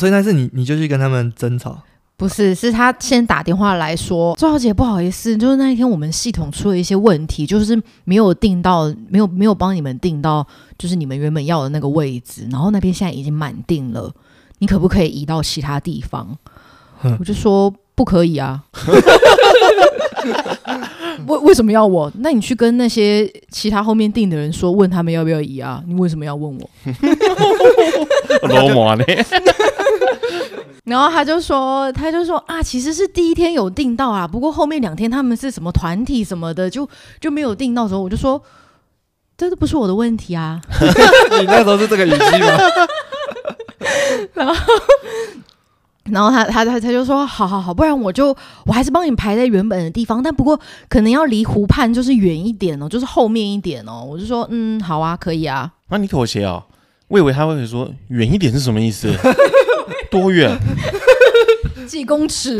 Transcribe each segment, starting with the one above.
所以那是你就去跟他们争吵？ 不是，是他先打电话来说，周小姐不好意思，就是那一天我们系统出了一些问题，就是没有订到，没有帮你们订到，就是你们原本要的那个位置，然后那边现在已经满订了，你可不可以移到其他地方？我就说不可以啊。为什么要我？那你去跟那些其他后面订的人说，问他们要不要移啊？你为什么要问我？ 罗马呢？ 然后他就说啊，其实是第一天有订到啊，不过后面2天他们是什么团体什么的，就没有订到的时候，我就说这都不是我的问题啊。 你那时候是这个语气吗？ 然后他就说好，不然我还是帮你排在原本的地方，但不过可能要离湖畔就是远一点哦，就是后面一点哦。我就说好啊，可以啊。 那你妥协哦？我以为他会说远一点是什么意思？多远？ 几公尺？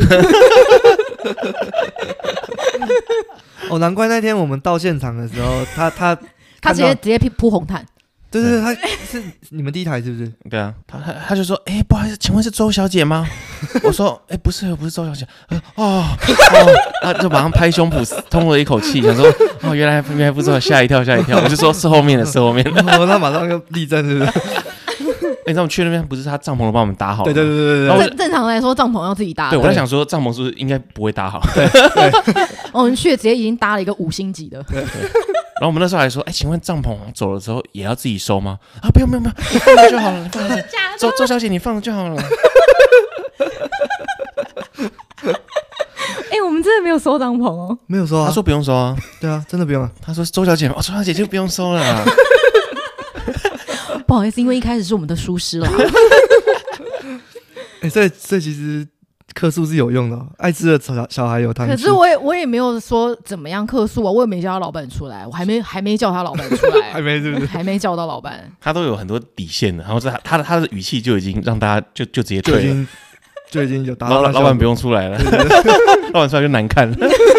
哦，难怪那天我们到现场的时候，他直接铺红毯。 对，他是你们第一台是不是？ 对啊，他就说，不好意思，请问是周小姐吗？我说，不是周小姐。他就马上拍胸脯，通了一口气，想说，原来不知道，吓一跳。我就说是后面的。 他马上就立正，是不是？ 你知道我们去那边不是他帐篷都帮我们搭好了？ 对。 正常来说，帐篷要自己搭。 对，我在想说帐篷是不是应该不会搭好？ 对。 我们去直接已经搭了一个5星级的。 对。 然后我们那时候还说，请问帐篷走了之后也要自己收吗？不用，你放了就好了，你放了。周小姐，你放了就好了。 我们真的没有收帐篷哦， 没有收啊。 他说不用收啊。 对啊，真的不用啊。 他说周小姐，周小姐就不用收了啦。 不好意思，因为一开始是我们的疏失啦。 所以其实客诉是有用的，爱吃的小孩有糖吃。 可是我也没有说怎么样客诉啊，我也没叫他老板出来，我还没叫他老板出来， 还没是不是？ 还没叫到老板。他都有很多底线的，然后他的语气就已经让大家就直接退了， 就已经有达到老板不用出来了，老板出来就难看了。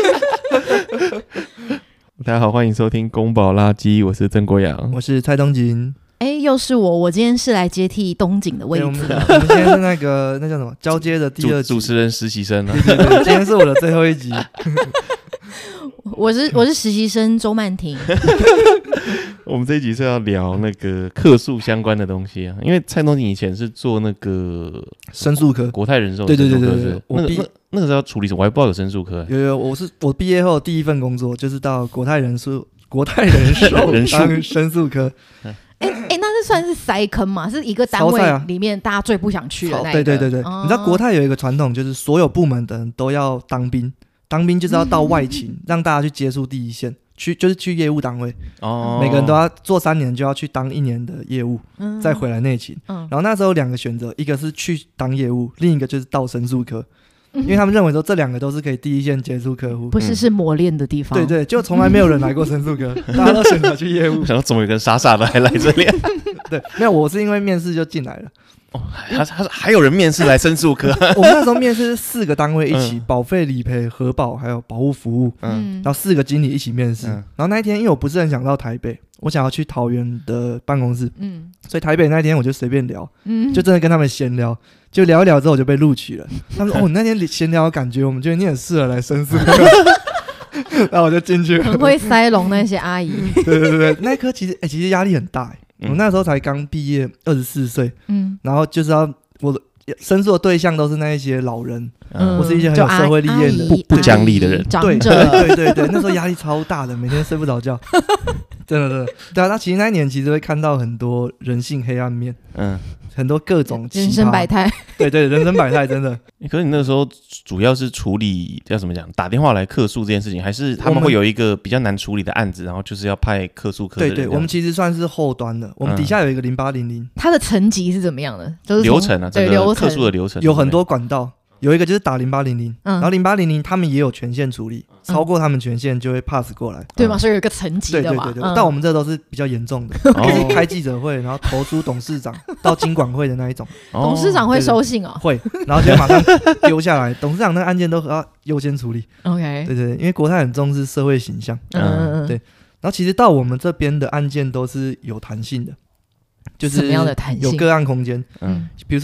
大家好，欢迎收听宫保垃圾，我是曾国阳， 我是蔡东锦。 又是我今天是来接替东景的位置。 我们今天是那叫什么交接的第2集主持人实习生啊。 对，今天是我的最后一集。 我是实习生周曼婷。 我们这一集是要聊那个客诉相关的东西啊，因为蔡东锦以前是做那个申诉科， 国泰人寿。对，那个是要处理什么？我还不知道有申诉科。 有，我毕业后第一份工作就是到国泰人寿当申诉科。 那是算是塞坑嘛？是一个单位里面大家最不想去的那一个。 对，你知道国泰有一个传统，就是所有部门的人都要当兵，当兵就是要到外勤，让大家去接触第一线，就是去业务单位。每个人都要做3年，就要去当1年的业务，再回来内勤。然后那时候有2个选择，一个是去当业务，另一个就是到申诉科。因为他们认为说这2个都是可以第一线接触客户， 不是磨练的地方。对， 就从来没有人来过申诉科，大家都选择去业务。 想说怎么有个傻傻的还来这里？ 对，没有，我是因为面试就进来了。 他还有人面试来申诉科。 我们那时候面试是4个单位一起，保费、理赔、核保还有保护服务，然后4个经理一起面试。然后那一天因为我不是很想到台北，我想要去桃园的办公室，所以台北那天我就随便聊，就真的跟他们闲聊，就聊一聊之后我就被录取了。他们说你那天闲聊的感觉，我们觉得你很适合来申诉科。然后我就进去了， 很会塞拢那些阿姨。 对，那一科其实压力很大。我那时候才刚毕业，24岁，然后就是我的申诉的对象都是那一些老人，我是一些很有社会历练的不讲理的人。 对，那时候压力超大的，每天睡不着觉。真的。对啊，那其实那一年其实会看到很多人性黑暗面，很多各种人生百态。 对，人生百态，真的。 可是你那个时候主要是处理要怎么讲，打电话来客诉这件事情，还是他们会有一个比较难处理的案子，然后就是要派客诉科的人？对， 我们其实算是后端的，我们底下有一个0800， 它的层级是怎么样的？就是流程啊，这个客诉的流程有很多管道。有一个就是打0800，然后0800他们也有权限处理，超过他们权限就会 pass 过来， 对嘛？所以有一个层级的嘛。 对，但我们这都是比较严重的，开记者会，然后投诉董事长到金管会的那一种。 董事长会收信哦？ 会，然后就马上丢下来。董事长那个案件都要优先处理。 OK， 对，因为国泰很重视社会形象。对。然后其实到我们这边的案件都是有弹性的，就是什么样的弹性？ 有个案空间。比如说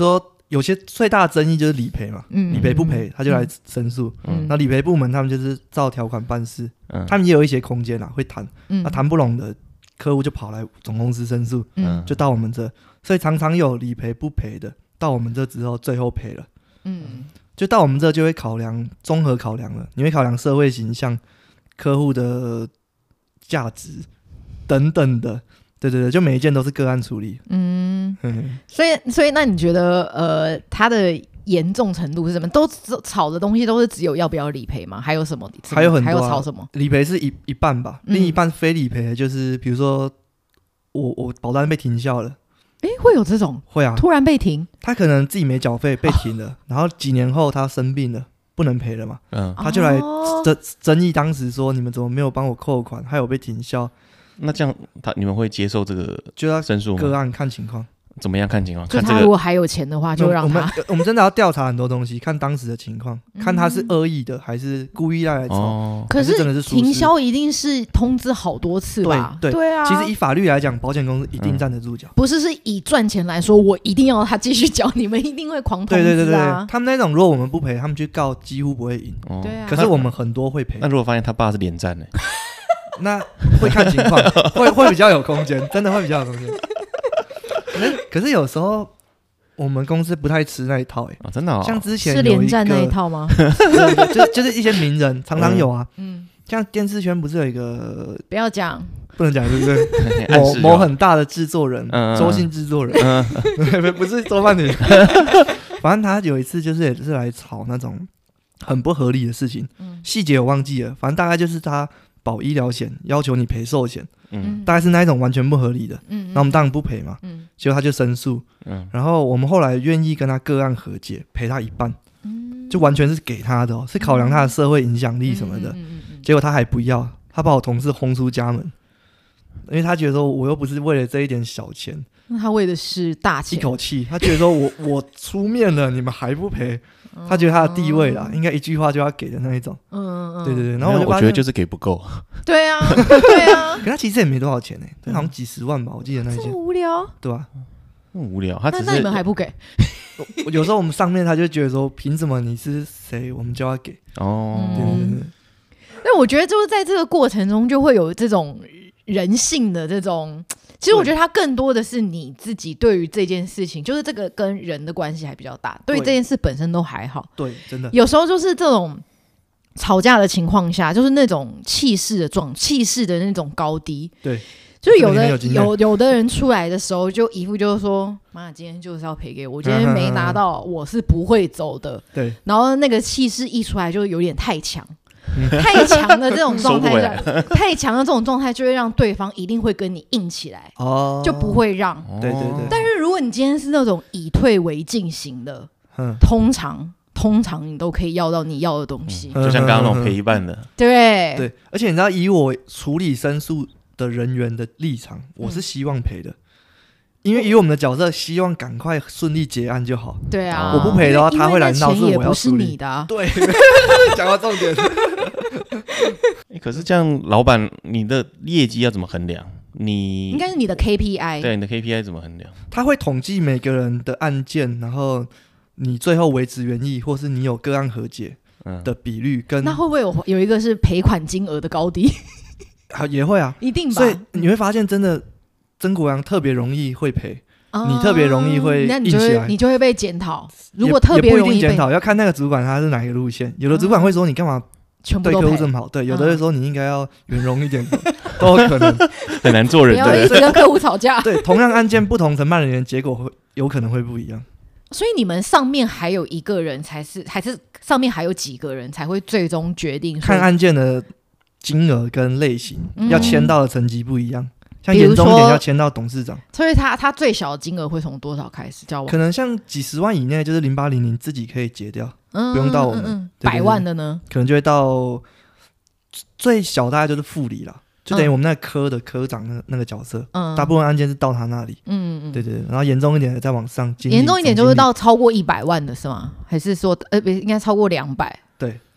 有些最大的争议就是理赔嘛，理赔不赔他就来申诉，那理赔部门他们就是照条款办事，他们也有一些空间会谈，那谈不拢的客户就跑来总公司申诉，就到我们这，所以常常有理赔不赔的，到我们这之后最后赔了，就到我们这就会考量综合考量了，你会考量社会形象、客户的价值等等的，对，就每一件都是个案处理。 所以那你觉得它的严重程度是什么？都吵的东西都是只有要不要理赔吗？还有什么？ 还有很多还有吵什么？ 理赔是一半吧，另一半非理赔的就是比如说我保单被停效了。 会有这种？ 会啊， 突然被停， 他可能自己没缴费被停了，然后几年后他生病了，不能赔了嘛，他就来争议当时说你们怎么没有帮我扣款，害我被停效。 那这样你们会接受这个申诉吗？ 个案看情况。 怎么样看情况？ 就他如果还有钱的话，就让他。 我们真的要调查很多东西，看当时的情况，看他是恶意的还是故意来吵。 可是停销一定是通知好多次吧？对啊。 其实以法律来讲，保险公司一定站得住脚。 不是以赚钱来说，我一定要他继续缴，你们一定会狂通知啊。 对，他们那种如果我们不赔，他们去告几乎不会赢。 对啊。 可是我们很多会赔。 那如果发现他爸是连战呢？ 那会看情况，会比较有空间，真的会比较有空间。可是有时候我们公司不太吃那一套真的像之前是连战那一套吗？ 就是一些名人常常有啊，像电视圈不是有一个不要讲， 不能讲对不对？某很大的制作人，周姓制作人，不是周范婷，反正他有一次就是也是来吵那种很不合理的事情，细节我忘记了，反正大概就是他保医疗险要求你赔寿险，大概是那一种完全不合理的，然后我们当然不赔嘛，结果他就申诉，然后我们后来愿意跟他个案和解，赔他一半，就完全是给他的是考量他的社会影响力什么的，结果他还不要，他把我同事轰出家门，因为他觉得说我又不是为了这一点小钱， 那他为的是大钱， 一口气，他觉得说我出面了，你们还不赔，他觉得他的地位啦，应该一句话就要给的那一种，对，然后我觉得就是给不够， 对啊， 可他其实也没多少钱好像几十万吧，我记得那一件， 这么无聊， 对吧？ 无聊，他只是那你们还不给？ 有时候我们上面他就觉得说，凭什么你是谁，我们就要给对。 但我觉得就是在这个过程中，就会有这种人性的这种。其实我觉得它更多的是你自己对于这件事情，就是这个跟人的关系还比较大，对于这件事本身都还好。 对，真的。 有时候就是这种吵架的情况下，就是那种气势的那种高低。 对。 就有的人出来的时候，就一副就是说，妈，今天就是要赔给我，今天没拿到，我是不会走的。 对。 然后那个气势一出来，就有点太强。太强的这种状态下，太强的这种状态就会让对方一定会跟你硬起来，就不会让。 对。 但是如果你今天是那种以退为进型的，通常你都可以要到你要的东西， 就像刚刚那种赔一半的。 对， 而且你知道，以我处理申诉的人员的立场，我是希望赔的。因为以我们的角色，希望赶快顺利结案就好。 对啊， 我不赔的话，他会来闹事，我要处理。 也不是你的啊。 对，讲到重点。 可是这样，老板，你的业绩要怎么衡量？你应该是你的 KPI。 对，你的 KPI 怎么衡量？ 他会统计每个人的案件，然后你最后维持原意，或是你有个案和解的比率跟。 那会不会有一个是赔款金额的高低？ 也会啊， 一定吧。 所以你会发现，真的。曾国阳特别容易会赔，你特别容易会硬起来， 你就会被检讨。如果特别容易也不一定检讨，要看那个主管他是哪个路线。有的主管会说你干嘛对客户这么好，对；有的会说你应该要圆融一点，都有可能。 很难做人， 不要一直跟客户吵架。 对，同样案件不同承办人员，结果有可能会不一样。 所以你们上面还有一个人还是上面还有几个人才会最终决定？ 看案件的金额跟类型，要签到的层级不一样。像严重一点要签到董事长， 所以他最小的金额会从多少开始交往？ 可能像几十万以内，就是0800自己可以结掉，不用到我们。 100万的呢， 可能就会到最小大概就是副理啦，就等于我们那个科的科长那个角色，大部分案件是到他那里。对，然后严重一点的再往上， 严重一点就是到超过100万的是吗？还是说应该超过200？ 对，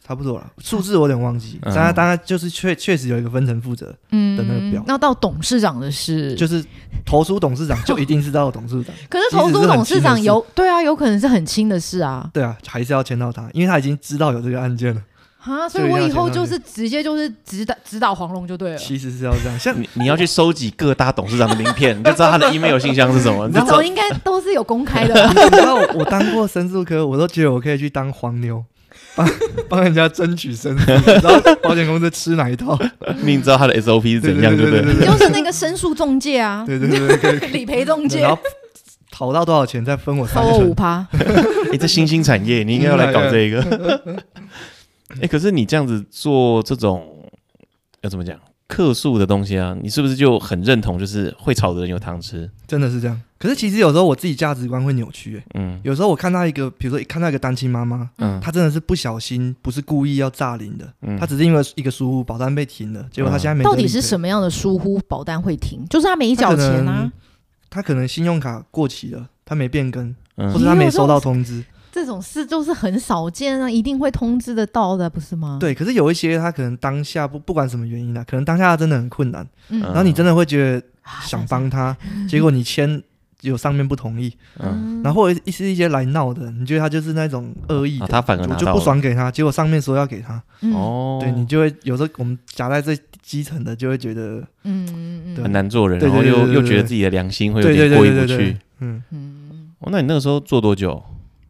差不多了，数字我有点忘记，当然就是确实有一个分层负责的那个表。 那到董事长的事， 就是投书董事长就一定是到董事长。 可是投书董事长有可能是很轻的事啊。 对啊，还是要签到他，因为他已经知道有这个案件了。 所以我以后就是直接就是指导黄龙就对了。 其实是要这样，像你要去收集各大董事长的名片，你就知道他的 email 信箱是什么。 这种应该都是有公开的吧？ 你知道我当过申诉科，我都觉得我可以去当黄牛，帮人家争取申诉，然后保险公司吃哪一套， 你知道他的 SOP 是怎样，对不对？ 你就是那个申诉中介啊， 对， 理赔中介， 然后讨到多少钱再分我 5%。 这新兴产业，你应该要来搞这个。可是你这样子做这种要怎么讲客诉的东西啊，你是不是就很认同就是会吵的人有糖吃？ 真的是这样。可是其实有时候我自己价值观会扭曲有时候我看到一个，比如说看到一个单亲妈妈，她真的是不小心，不是故意要诈领的，她只是因为一个疏忽保单被停了，结果她现在没得理赔。 到底是什么样的疏忽保单会停？就是她没缴钱啊， 她可能信用卡过期了，她没变更，或者她没收到通知。 这种事就是很少见啊，一定会通知得到的，不是吗？ 对，可是有一些他可能当下不管什么原因可能当下他真的很困难，然后你真的会觉得想帮他，结果你签有上面不同意，然后或者是一些来闹的，你觉得他就是那种恶意的， 他反而拿到了， 就不爽给他，结果上面说要给他， 对， 你就会有时候我们夹在这基层的就会觉得很难做人，然后又觉得自己的良心会有点过意不去。那你那个时候做多久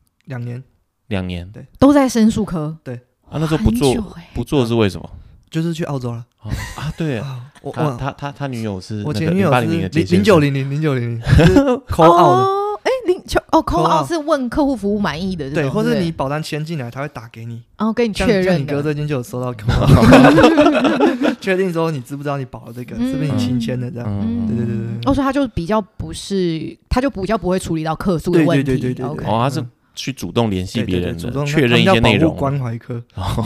？2年， 对， 都在申诉科。 对， 那时候不做是为什么？ 就是去澳洲了。 对，他女友是我前女友是0900 call out 的。call out 是问客户服务满意的， 对，或者你保单签进来，他会打给你， 然后跟你确认。 像你哥最近就有收到 call out， 确定说你知不知道你保了这个，是不是你亲签的这样？对。 所以他就比较不是，他就比较不会处理到客诉的问题。 对。 他是去主动联系别人的，确认一些内容。 保护关怀科，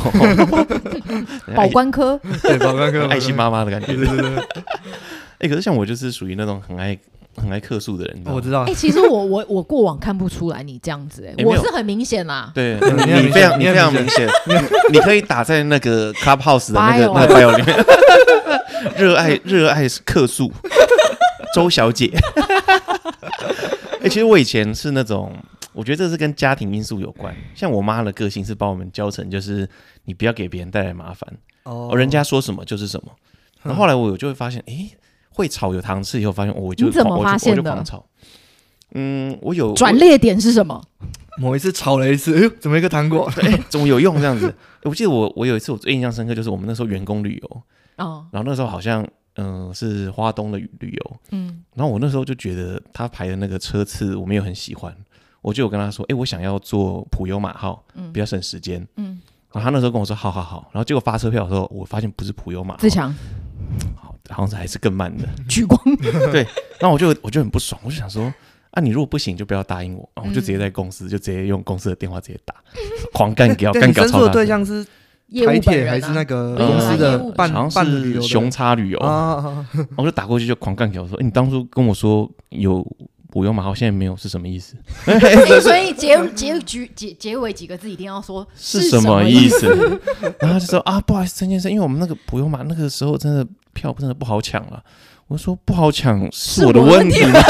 保关科， 对，保关科， 爱心妈妈的感觉。 对。 可是像我就是属于那种很爱客诉的人， 我知道。 其实我过往看不出来你这样子，我是很明显啦。 对，你非常明显，你可以打在那个 Clubhouse 的那个 bio 里面，热爱客诉，周小姐。其实我以前是那种。我觉得这是跟家庭因素有关，像我妈的个性是把我们教成就是你不要给别人带来麻烦，人家说什么就是什么。然后后来我就会发现，会吵有糖吃以后，发现我就狂吵。我有转捩点是什么？ 某一次吵了一次，怎么一个糖果？ 怎么有用这样子？我记得我有一次我最印象深刻，就是我们那时候员工旅游，然后那时候好像是花东的旅游，然后我那时候就觉得他排的那个车次我没有很喜欢。我就有跟他说，我想要坐普悠玛号，比较省时间。然后他那时候跟我说，好。然后结果发车票的时候，我发现不是普悠玛号， 自强， 好像还是更慢的， 举光。 对，然后我就很不爽，我就想说，你如果不行就不要答应我，然后我就直接在公司就直接用公司的电话直接打，狂干掉，干掉。 申诉的对象是台铁还是那个公司的办旅游的熊叉旅游我就打过去就狂干掉，说，你当初跟我说有。普悠玛号现在没有是什么意思？ 所以结尾几个字一定要说是什么意思？然后他就说不好意思，陈先生，因为我们那个普悠玛那个时候真的票真的不好抢了。我说不好抢是我的问题吗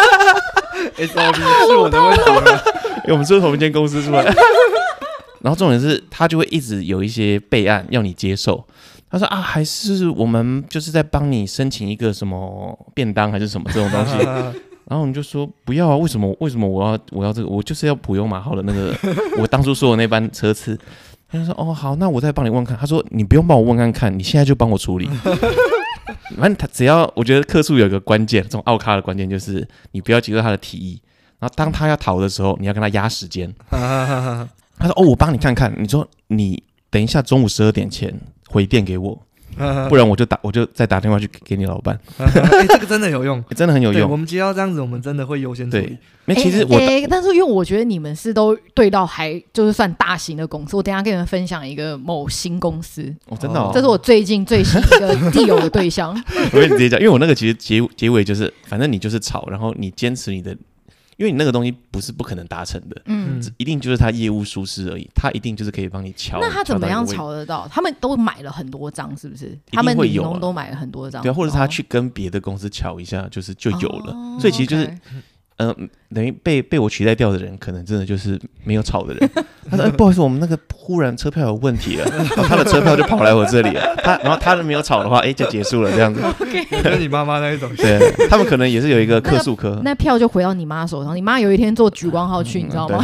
？SOP 是我的问题吗？ 因为我们是同一间公司出来。然后重点是他就会一直有一些备案要你接受。他说还是我们就是在帮你申请一个什么便当还是什么这种东西。然后你就说不要啊，为什么我要这个？我就是要普悠玛号的那个，我当初说的那班车次。他就说好，那我再帮你问看。他说你不用帮我问看，你现在就帮我处理。反正他只要，我觉得客诉有一个关键，这种奥咖的关键就是你不要接受他的提议，然后当他要逃的时候，你要跟他压时间。他说我帮你看看，你说你等一下中午12点前回电给我。不然我就再打电话去给你老板。 这个真的有用， 真的很有用。 我们接到这样子，我们真的会优先处理。 其实但是因为我觉得你们是都对到还就是算大型的公司，我等一下跟你们分享一个某新公司。 真的这是我最近最新一个地友的对象。 我跟你直接讲，因为我那个其实结尾就是，反正你就是吵，然后你坚持你的因为你那个东西不是不可能达成的，一定就是他业务疏失而已，他一定就是可以帮你瞧。 那他怎么样瞧得到？他们都买了很多张，是不是？他们理农都买了很多张， 对，或者是他去跟别的公司瞧一下，就是就有了。所以其实就是。等于被我取代掉的人，可能真的就是没有吵的人。他说：“不好意思，我们那个忽然车票有问题了。”他的车票就跑来我这里了。然后他没有吵的话，就结束了这样子。 跟你妈妈那一种。 对，他们可能也是有一个客诉科。 那票就回到你妈手上。你妈有一天坐莒光号去，你知道吗？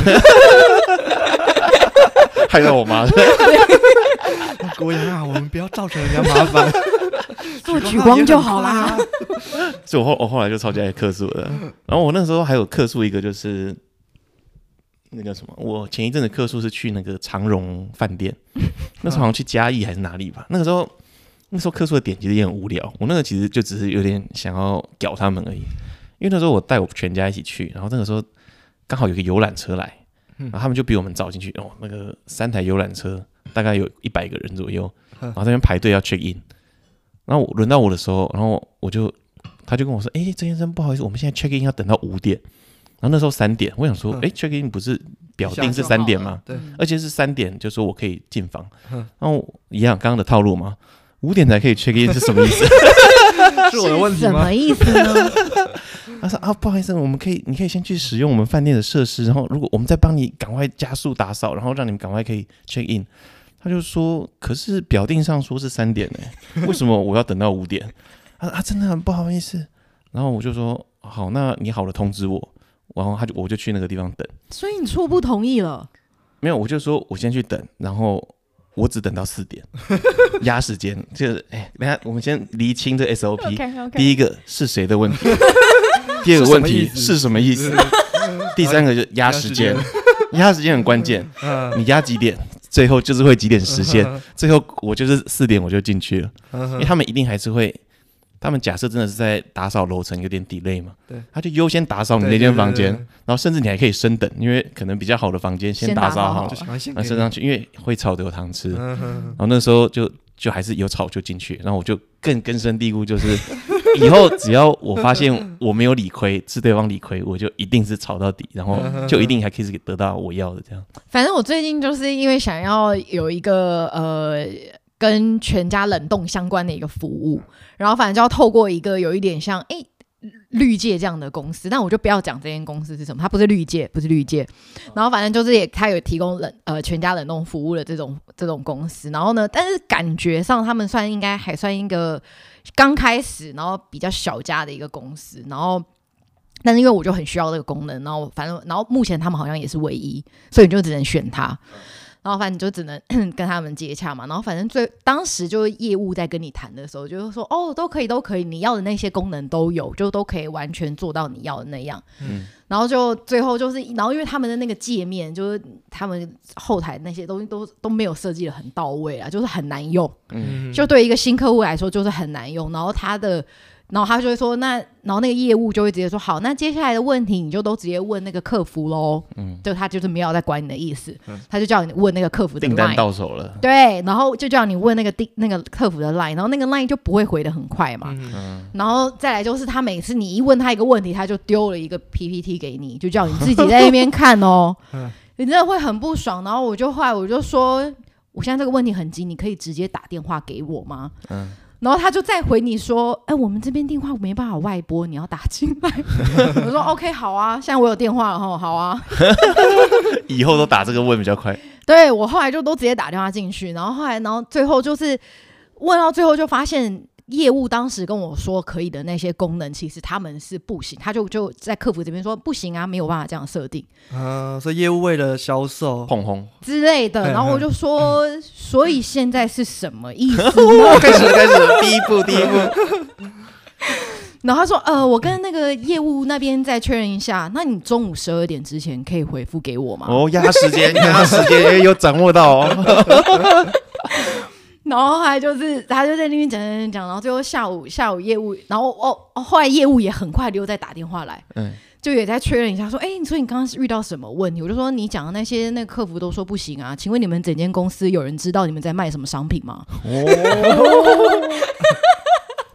害到我妈。 国阳啊，我们不要造成人家麻烦。 做莒光就好啦。 所以我后来就超级爱客诉了。然后我那时候还有客诉一个，就是那个什么，我前一阵子客诉是去那个长荣饭店，那时候好像去嘉义还是哪里吧。那时候客诉的点其实也很无聊，我那个其实就只是有点想要屌他们而已。因为那时候我带我全家一起去，然后那个时候刚好有个游览车来，然后他们就比我们早进去。那个3台游览车大概有100个人左右，然后在那边排队要 check in。然后轮到我的时候，然后他就跟我说：“郑先生，不好意思，我们现在 check in 要等到5点。”然后那时候3点，我想说：“check in 不是表定是3点吗？对，而且是3点，就说我可以进房。然后一样刚刚的套路嘛，5点才可以 check in 是什么意思？ 是我的问题吗？ 什么意思呢？” 他说：“不好意思，你可以先去使用我们饭店的设施，然后如果我们再帮你赶快加速打扫，然后让你们赶快可以 check in。”他就说：“可是表定上说是3点为什么我要等到5点？”真的很不好意思。然后我就说：“好，那你好了通知我。”然后我就去那个地方等。 所以你初步同意了？ 没有，我就说我先去等，然后我只等到4点，压时间。就是等一下我们先厘清这 SOP。第一个是谁的问题？第二个问题是什么意思？第三个就是压时间。压时间很关键，你压几点？最后就是会几点实现，最后我就是4点我就进去了，因为他们一定还是会，他们假设真的是在打扫楼层有点 delay 嘛，他就优先打扫你那间房间，然后甚至你还可以升等，因为可能比较好的房间先打扫好，升上去，因为会吵得有糖吃，然后那时候就还是有吵就进去，然后我就更根深蒂固，就是以后只要我发现我没有理亏，是对方理亏，我就一定是吵到底，然后就一定还可以得到我要的这样。 反正我最近就是因为想要有一个跟全家冷冻相关的一个服务，然后反正就要透过一个有一点像绿界这样的公司，但我就不要讲这间公司是什么，它不是绿界，然后反正就是它有提供全家冷冻服务的这种公司，然后呢，但是感觉上他们应该还算一个刚开始，然后比较小家的一个公司，然后但是因为我就很需要这个功能，然后目前他们好像也是唯一，所以你就只能选它。然后反正你就只能跟他们接洽嘛，然后反正当时就是业务在跟你谈的时候，就是说都可以，你要的那些功能都有，就都可以完全做到你要的那样。然后就最后就是，然后因为他们的那个界面，就是他们后台那些东西都没有设计的很到位啊，就是很难用。就对一个新客户来说就是很难用，然后他就会说然后那个业务就会直接说好，那接下来的问题你就都直接问那个客服咯。就他就是没有在管你的意思，他就叫你问那个客服的 line， 订单到手了， 对，然后就叫你问那个客服的 line， 然后那个 line 就不会回得很快嘛。然后再来就是他每次你一问他一个问题，他就丢了一个 PPT 给你，就叫你自己在那边看哦。你真的会很不爽。然后后来我就说，我现在这个问题很急，你可以直接打电话给我吗？然后他就再回你说，我们这边电话没办法外拨，你要打进来。我说 OK 好啊，现在我有电话了齁，好啊。 以后都打这个问比较快。 对，我后来就都直接打电话进去，然后最后就是问到最后就发现业务当时跟我说可以的那些功能，其实他们是不行，他就在客服这边说不行啊，没有办法这样设定。 所以业务为了销售碰轰之类的，然后我就说，所以现在是什么意思呢？ 开始，第一步。 然后他说，我跟那个业务那边再确认一下，那你中午12点之前可以回复给我吗？ 压时间也有掌握到哦。 然后他就在那边讲，然后最后下午业务，然后后来业务也很快又再打电话来，就也在确认一下说，所以你刚刚是遇到什么问题？我就说你讲的那些那个客服都说不行啊，请问你们整间公司有人知道你们在卖什么商品吗？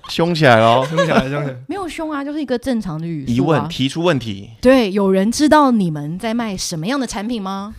凶起来了， 凶起来， 没有凶啊，就是一个正常的语速啊。 疑问，提出问题。 对，有人知道你们在卖什么样的产品吗？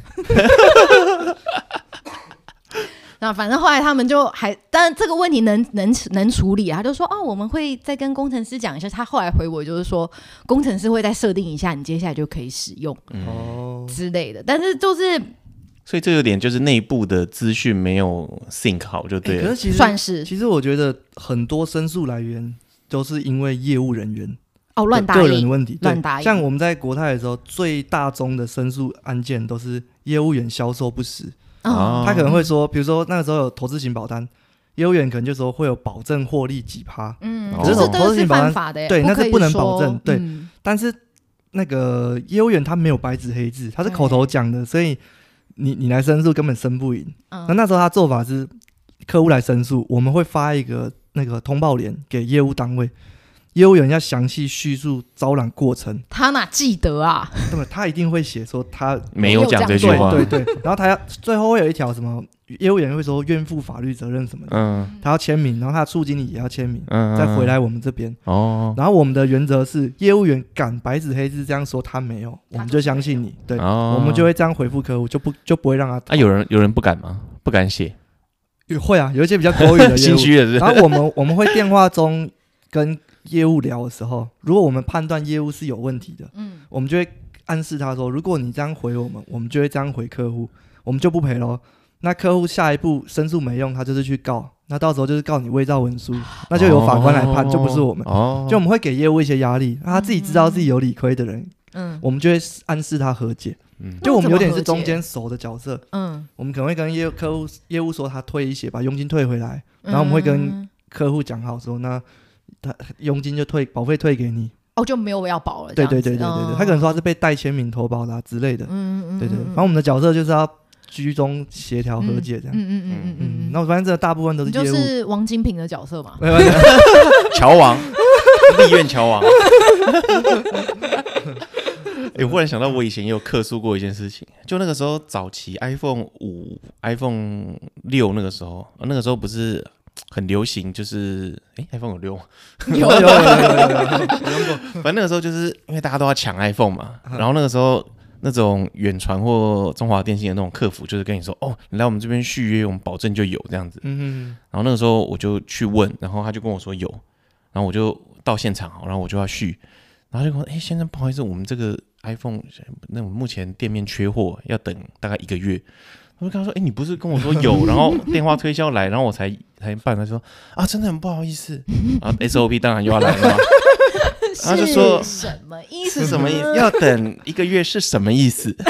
那反正后来他们就当然这个问题能处理啊，他就说我们会再跟工程师讲一下。他后来回我就是说，工程师会再设定一下，你接下来就可以使用之类的。但是就是， 所以这有点就是内部的资讯没有 sync 好就对了。 可是其实算是， 其实我觉得很多申诉来源都是因为业务人员乱答应个人问题， 乱答应。 像我们在国泰的时候，最大宗的申诉案件都是业务员销售不实。他可能会说，比如说那个时候有投资型保单，业务员可能就说会有保证获利几%，可是投资型保单对那是不能保证，对，但是那个业务员他没有白纸黑字，他是口头讲的，所以你来申诉根本申不赢。那时候他做法是，客户来申诉，我们会发一个那个通报联给业务单位。业务员要详细叙述招揽过程， 他哪记得啊？ 对，他一定会写说他没有讲这句话， 对，然后他最后会有一条什么，业务员会说愿负法律责任什么的，他要签名，然后他的处经理也要签名，再回来我们这边。然后我们的原则是，业务员敢白纸黑字这样说他没有，我们就相信你，对，我们就会这样回复客户，就不会让他。 有人不敢吗？不敢写？ 会啊，有一些比较口语的业务， 心虚的是。 然后我们会电话中跟业务聊的时候，如果我们判断业务是有问题的，我们就会暗示他说，如果你这样回我们就会这样回客户，我们就不赔咯。那客户下一步申诉没用，他就是去告，那到时候就是告你伪造文书，那就由法官来判，就不是我们。就我们会给业务一些压力，让他自己知道自己有理亏的人，我们就会暗示他和解。就我们有点是中间熟的角色，我们可能会跟业务说他退一些，把佣金退回来，然后我们会跟客户讲好说，那他佣金就保费退给你， 就没有要保了。 对，他可能说他是被代签名投保的之类的，对，反正我们的角色就是要居中协调和解这样。那我发现这大部分都是业务， 你就是王金平的角色嘛， 乔王，立院乔王。我忽然想到，我以前也有客诉过一件事情，就那个时候早期 iPhone 5、iPhone 6那个时候不是很流行，就是iPhone 有6吗？有反正那个时候就是因为大家都要抢 iPhone 嘛，然后那个时候那种远传或中华电信的那种客服，就是跟你说你来我们这边续约，我们保证就有这样子。然后那个时候我就去问，然后他就跟我说有，然后我就到现场，然后我就要续，然后就跟我说先生不好意思，我们这个 iPhone 那我目前店面缺货，要等大概1个月。我就跟他说你不是跟我说有，然后电话推销来，然后我才办。他说真的很不好意思，然后 SOP 当然又要来了嘛。他就说什么意思？ 是什么意思？要等1个月是什么意思？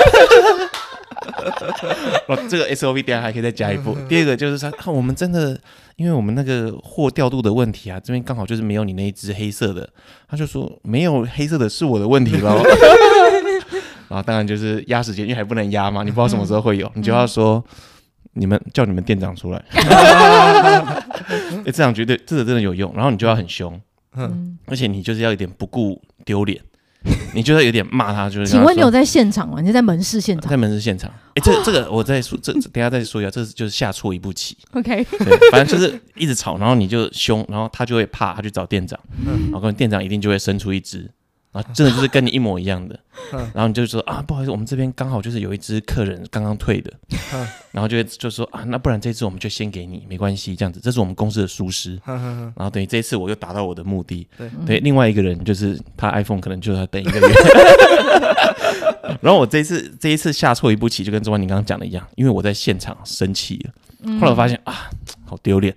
这个 SOP 等一下还可以再加一步。第二个就是说我们真的因为我们那个货调度的问题啊，这边刚好就是没有你那一只黑色的。他就说没有黑色的是我的问题咯。然后当然就是压时间，因为还不能压嘛，你不知道什么时候会有，你就要说叫你们店长出来。这样绝对这个真的有用，然后你就要很凶，而且你就是要有点不顾丢脸，你就要有点骂他。就是请问你有在现场吗？你在门市现场？ 在门市现场。这个我再说，等一下再说一下，这就是下错一步棋。 OK， 对，反正就是一直吵，然后你就凶，然后他就会怕，他去找店长，然后跟店长一定就会伸出一只。然后真的就是跟你一模一样的，然后你就说不好意思，我们这边刚好就是有一只客人刚刚退的，然后就说那不然这次我们就先给你，没关系，这样子，这是我们公司的疏失，然后等于这一次我又达到我的目的，对，另外一个人就是他 iPhone 可能就要等1个月，然后我这一次下错一步棋，就跟周安你刚刚讲的一样，因为我在现场生气了，后来我发现好丢脸。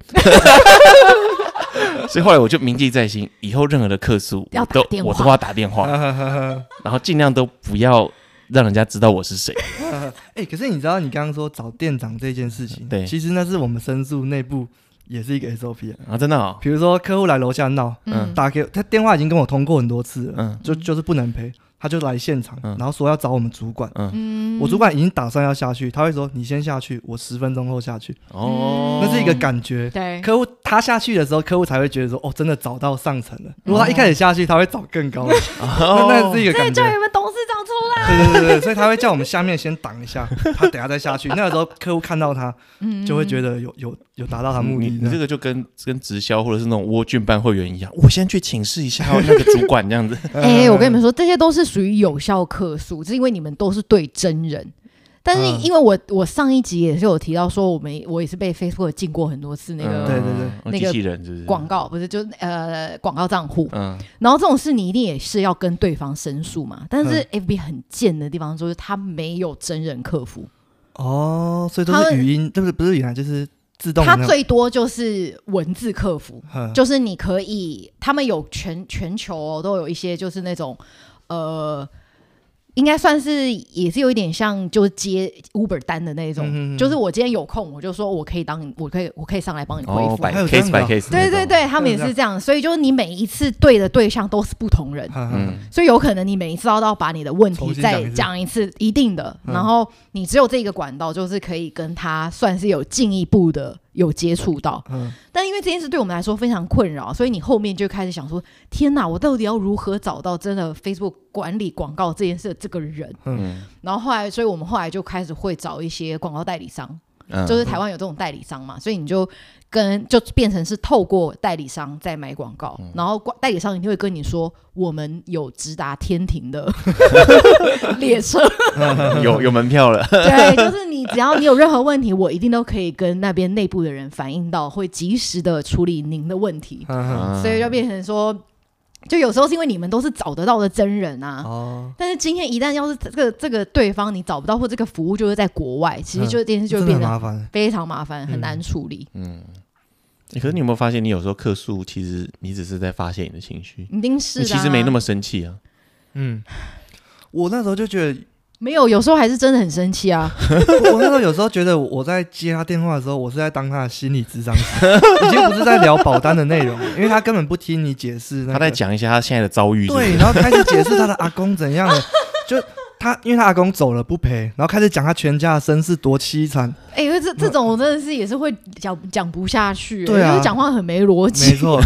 所以后来我就铭记在心，以后任何的客诉我都要打电话，然后尽量都不要让人家知道我是谁。 可是你知道你刚刚说找店长这件事情，对，其实那是我们申诉内部也是一个 SOP 真的比如说客户来楼下闹，打给他电话已经跟我通过很多次了，就是不能赔。他就来现场，然后说要找我们主管。我主管已经打算要下去，他会说你先下去，我10分钟后下去。那是一个感觉。对，客户他下去的时候，客户才会觉得说真的找到上层了。如果他一开始下去，他会找更高的。那是一个感觉。 叫你们董事长出来。对，所以他会叫我们下面先挡一下，他等下再下去。那个时候客户看到他，就会觉得有达到他目的。 你这个就跟直销或者是那种蜗苣办会员一样，我先去请示一下那个主管这样子。 我跟你们说，这些都是属于有效客诉，是因为你们都是对真人。但是因为我上一集也是有提到说，我也是被 Facebook 禁过很多次那个对那个机器人就是广告，不是就是广告账户。然后这种事你一定也是要跟对方申诉嘛。但是 FB 很贱的地方就是他没有真人客服。 所以都是语音，不是语音，就是自动的。 它最多就是文字客服，就是你可以，他们有全球都有一些就是那种应该算是也是有一点像就是接 Uber 单的那种，就是我今天有空，我就说我可以上来帮你回复 ，case by case。 对对对，他们也是这样，所以就是你每一次对的对象都是不同人，所以有可能你每一次都要把你的问题再讲一次，一定的，然后你只有这个管道就是可以跟他算是有进一步的有接触到，但因为这件事对我们来说非常困扰，所以你后面就开始想说，天哪，我到底要如何找到真的 Facebook 管理广告这件事的这个人？然后所以我们后来就开始会找一些广告代理商，就是台湾有这种代理商嘛，所以你就变成是透过代理商在买广告，然后代理商一定会跟你说，我们有直达天庭的列车， 有门票了。 对，就是只要你有任何问题，我一定都可以跟那边内部的人反映到，会及时的处理您的问题。所以就变成说，就有时候是因为你们都是找得到的真人啊，但是今天一旦要是这个对方你找不到，或这个服务就是在国外，其实就这件事就会变得非常麻烦，很难处理。 可是你有没有发现，你有时候客诉，其实你只是在发泄你的情绪， 一定是的， 你其实没那么生气啊。 我那时候就觉得没有时候还是真的很生气啊。 我那时候有时候觉得我在接他电话的时候，我是在当他的心理咨商师，已经不是在聊保单的内容，因为他根本不听你解释。他在讲一下他现在的遭遇， 对，然后开始解释他的阿公怎样的，就因为他阿公走了不赔，然后开始讲他全家的身世多凄惨。 这种我真的是也是会讲不下去， 对啊， 就是讲话很没逻辑。 没错。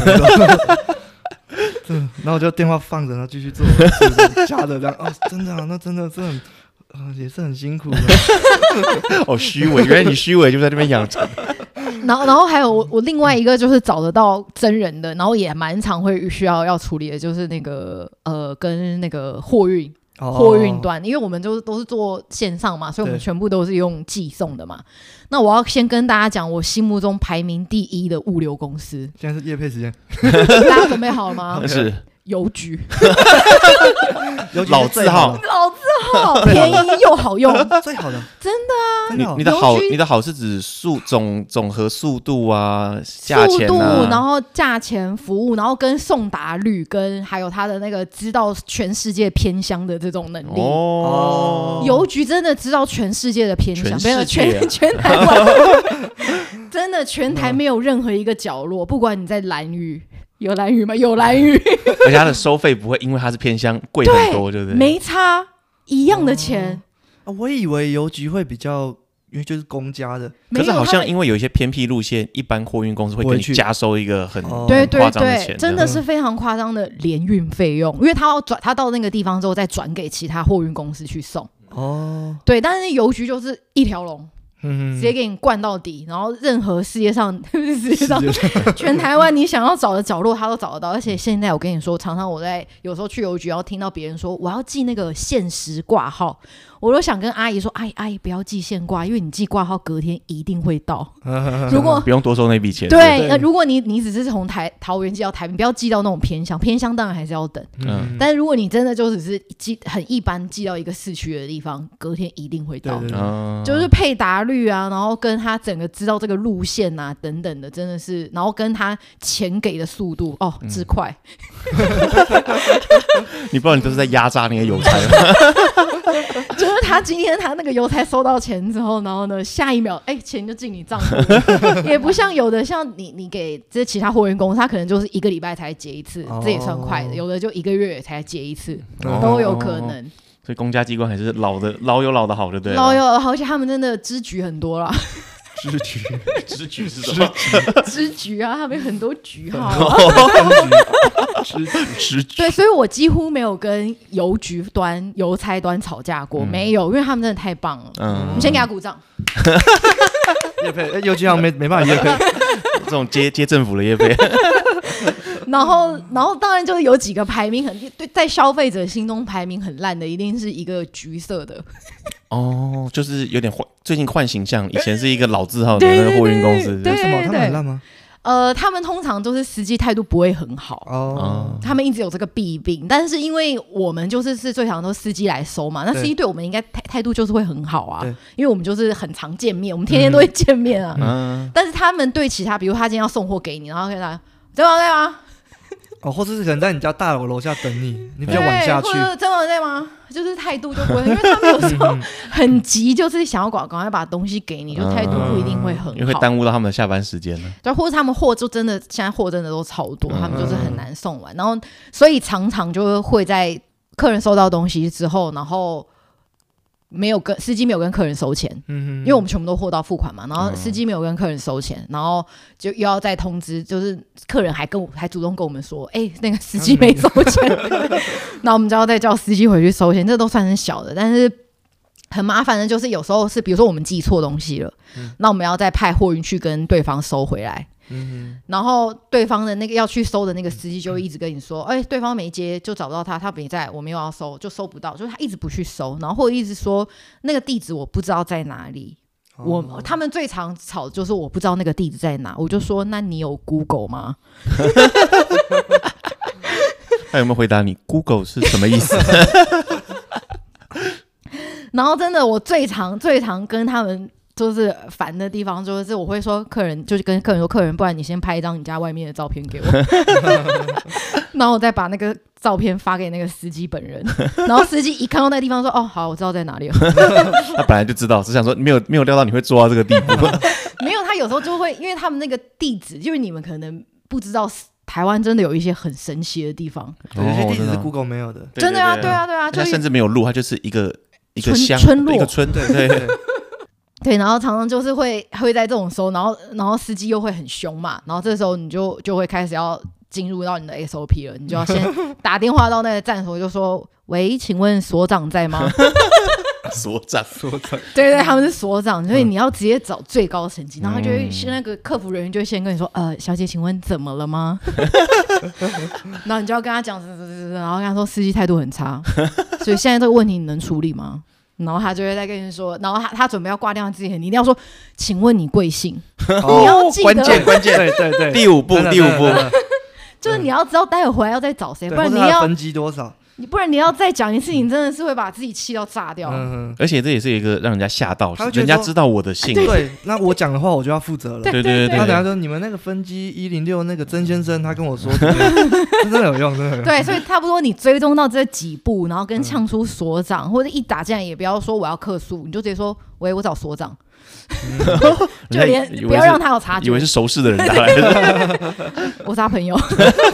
然后我就电话放着，然后继续做假的这样。真的啊，那真的是很也是很辛苦的。 虚伪，原来你虚伪就在那边养成。 然后还有我另外一个就是找得到真人的，然后也蛮常会需要处理的，就是那个跟那个货运端，因为我们都是做线上嘛，所以我们全部都是用寄送的嘛。那我要先跟大家讲，我心目中排名第1的物流公司。 现在是业配时间， 大家准备好了吗？ 是邮局。 老字号， 便宜又好用， 最好的， 真的啊！ 你的好是指总和速度啊，价钱啊， 然后价钱、服务，然后跟送达率，跟还有他的那个知道全世界偏乡的这种能力。邮局真的知道全世界的偏乡，没有全台湾，真的全台没有任何一个角落，不管你在兰屿。有兰屿吗？有兰屿， 而且它的收费不会因为它是偏乡贵很多，对不对？ 没差，一样的钱。 我以为邮局会比较，因为就是公家的， 可是好像因为有一些偏僻路线，一般货运公司会给你加收一个很夸张的钱， 真的是非常夸张的联运费用，因为他到那个地方之后再转给其他货运公司去送。对，但是邮局就是一条龙。直接给你灌到底，然后任何世界上全台湾你想要找的角落他都找得到。而且现在我跟你说，常常我有时候去邮局要听到别人说我要寄那个限时挂号，我都想跟阿姨说，阿姨不要寄现挂，因为你寄挂号隔天一定会到。如果不用多收那笔钱。 对，如果你只是从桃园寄到台北，不要寄到那种偏乡当然还是要等。但是如果你真的就只是很一般寄到一个市区的地方，隔天一定会到。就是配达率啊，然后跟他整个知道这个路线啊等等的，真的是，然后跟他钱给的速度之快。 你不知道你都是在压榨那些邮差。 就是他今天他那个邮差收到钱之后，然后呢下一秒钱就进你账户。也不像有的像你给这其他货运公司，他可能就是1个礼拜才结一次，这也算快的。有的就1个月才结一次，都有可能。 所以公家机关还是老有老的好，对不对？ 老有好，而且他们真的支局很多啦。 支局是什么？ 支局啊，他们有很多局号。 支局。 对，所以我几乎没有跟邮局端、邮差端吵架过，没有，因为他们真的太棒了。我们先给他鼓掌。 业配，邮局好像没办法业配， 这种接政府的业配。 然后当然就是有几个排名很对，在消费者心中排名很烂的，一定是一个橘色的。 哦，就是有点最近换形象，以前是一个老字号的那个货运公司。 为什么他们很烂吗？ 他们通常就是司机态度不会很好他们一直有这个弊病。但是因为我们就是最常都司机来收嘛，那司机对我们应该态度就是会很好啊，因为我们就是很常见面，我们天天都会见面啊。但是他们对其他，比如他今天要送货给你，然后跟他对吗？ 或者是可能在你家大楼下等你比较晚下去，或者对吗？就是态度就不会，因为他们有时候很急，就是想要赶快把东西给你，就态度不一定会很好， 因为会耽误到他们的下班时间了。 对，或者他们货就真的现在货真的都超多，他们就是很难送完，然后所以常常就会在客人收到东西之后，然后司机没有跟客人收钱，因为我们全部都货到付款嘛，然后司机没有跟客人收钱，然后就又要再通知，就是客人还主动跟我们说，那个司机没收钱，那我们就要再叫司机回去收钱，这都算是小的，但是很麻烦的就是有时候是比如说我们寄错东西了，那我们要再派货运去跟对方收回来。然后对方的那个要去收的那个司机就会一直跟你说，对方没接，就找不到他没在，我们又要收，就收不到，就是他一直不去收，然后或者一直说那个地址我不知道在哪里。他们最常吵的就是我不知道那个地址在哪，我就说那你有 Google 吗？ 他有没有回答你 Google 是什么意思？ 然后真的我最常跟他们就是烦的地方，就是我会说就是跟客人说，客人不然你先拍一张你家外面的照片给我，然后我再把那个照片发给那个司机本人，然后司机一看到那个地方说好，我知道在哪里了。 他本来就知道，只想说没有料到你会做到这个地步。 没有，他有时候就会因为他们那个地址，就是你们可能不知道台湾真的有一些很神奇的地方， 有些地址是 Google 没有的。 真的啊，对啊， 他甚至没有路，他就是一个乡村落， 一个村， 对，然后常常就是会在这种时候，然后司机又会很凶嘛，然后这时候你就会开始要进入到你的 SOP 了，你就要先打电话到那个站所，就说喂，请问所长在吗？ 所长， 对，他们是所长，所以你要直接找最高层级，然后就会那个客服人员就会先跟你说，小姐，请问怎么了吗？然后你就要跟他讲，然后跟他说司机态度很差，所以现在这个问题你能处理吗？然后他就会再跟你说，然后他准备要挂电话之前，你一定要说，请问你贵姓？你要记得关键，对，第五步， 就是你要知道待会回来要再找谁，不然你要分机多少。 不然你要再讲一次，你真的是会把自己气到炸掉。 而且这也是一个让人家吓到，人家知道我的姓。 对，那我讲的话我就要负责了。 对。 他等下说你们那个分机106那个曾先生，他跟我说，这真的有用，真的有用。 对，所以差不多你追踪到这几步，然后跟呛出所长，或者一打进来也不要说我要客诉，你就直接说喂，我找所长。就连不要让他有察觉， 以为是熟识的人打来的。 我是他朋友。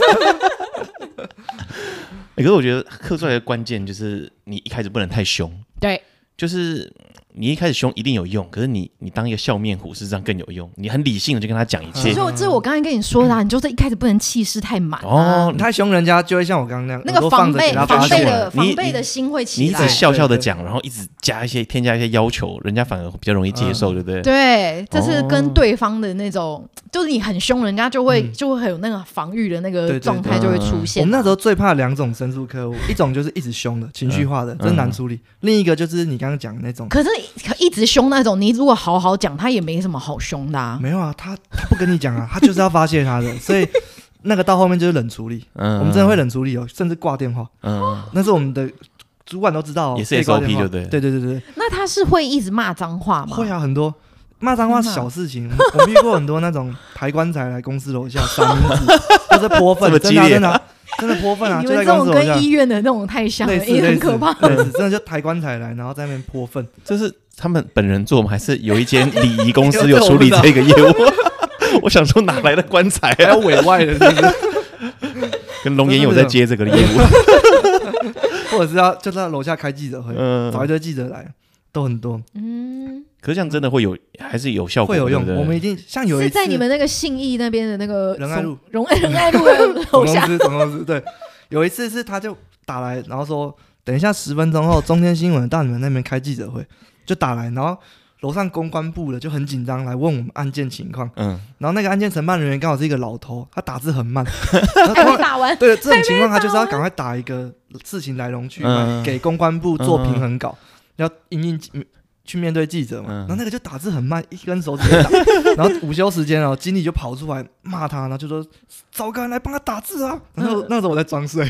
可是我觉得客出来的关键就是你一开始不能太凶， 对， 就是你一开始凶一定有用，可是你当一个笑面虎是这样更有用，你很理性的就跟他讲一切。 这是我刚才跟你说的，你就是一开始不能气势太满你太凶人家就会像我刚刚那样， 那个防备的心会起来。 你一直笑的讲，然后一直添加一些要求，人家反而比较容易接受，对不对？ 对，这是跟对方的那种，就是你很凶，人家就会很有那个防御的那个状态就会出现。 我们那时候最怕2种申诉客户，一种就是一直凶的情绪化的，真难处理；另一个就是你刚刚讲的那种， 可是一直凶那种，你如果好好讲，他也没什么好凶的啊。 没有啊，他不跟你讲啊，他就是要发泄他的，所以那个到后面就是冷处理。我们真的会冷处理甚至挂电话。那是我们的主管都知道也是 SOP 就对。 对。 那他是会一直骂脏话吗？ 会啊，很多骂脏话是小事情。我遇过很多那种抬棺材来公司楼下撒名字，或者泼粪，真的泼粪啊！ 你们这种跟医院的那种太像了，也很可怕。 真的就抬棺材来，然后在那边泼粪。 这是他们本人做吗？还是有一间礼仪公司有处理这个业务？我想说哪来的棺材啊？ 还有委外的，是不是？ 跟龙岩有在接这个业务， 或者是就在楼下开记者会，找一堆记者来，都很多。 可是这样真的会有，还是有效果？ 会有用。 对对， 我们一定像有一次是在你们那个信义那边的那个仁爱路的楼下总公司对。有一次是他就打来，然后说等一下10分钟后中天新闻到你们那边开记者会，就打来，然后楼上公关部的就很紧张来问我们案件情况，然后那个案件承办人员刚好是一个老头，他打字很慢， 还没打完， 对，这种情况他就是要赶快打一个事情来龙去脉，给公关部做平衡稿，要去面对记者嘛，然后那个就打字很慢，一根手指打，然后午休时间哦，经理就跑出来骂他，然后就说找个人来帮他打字啊，然后那时候我在装睡。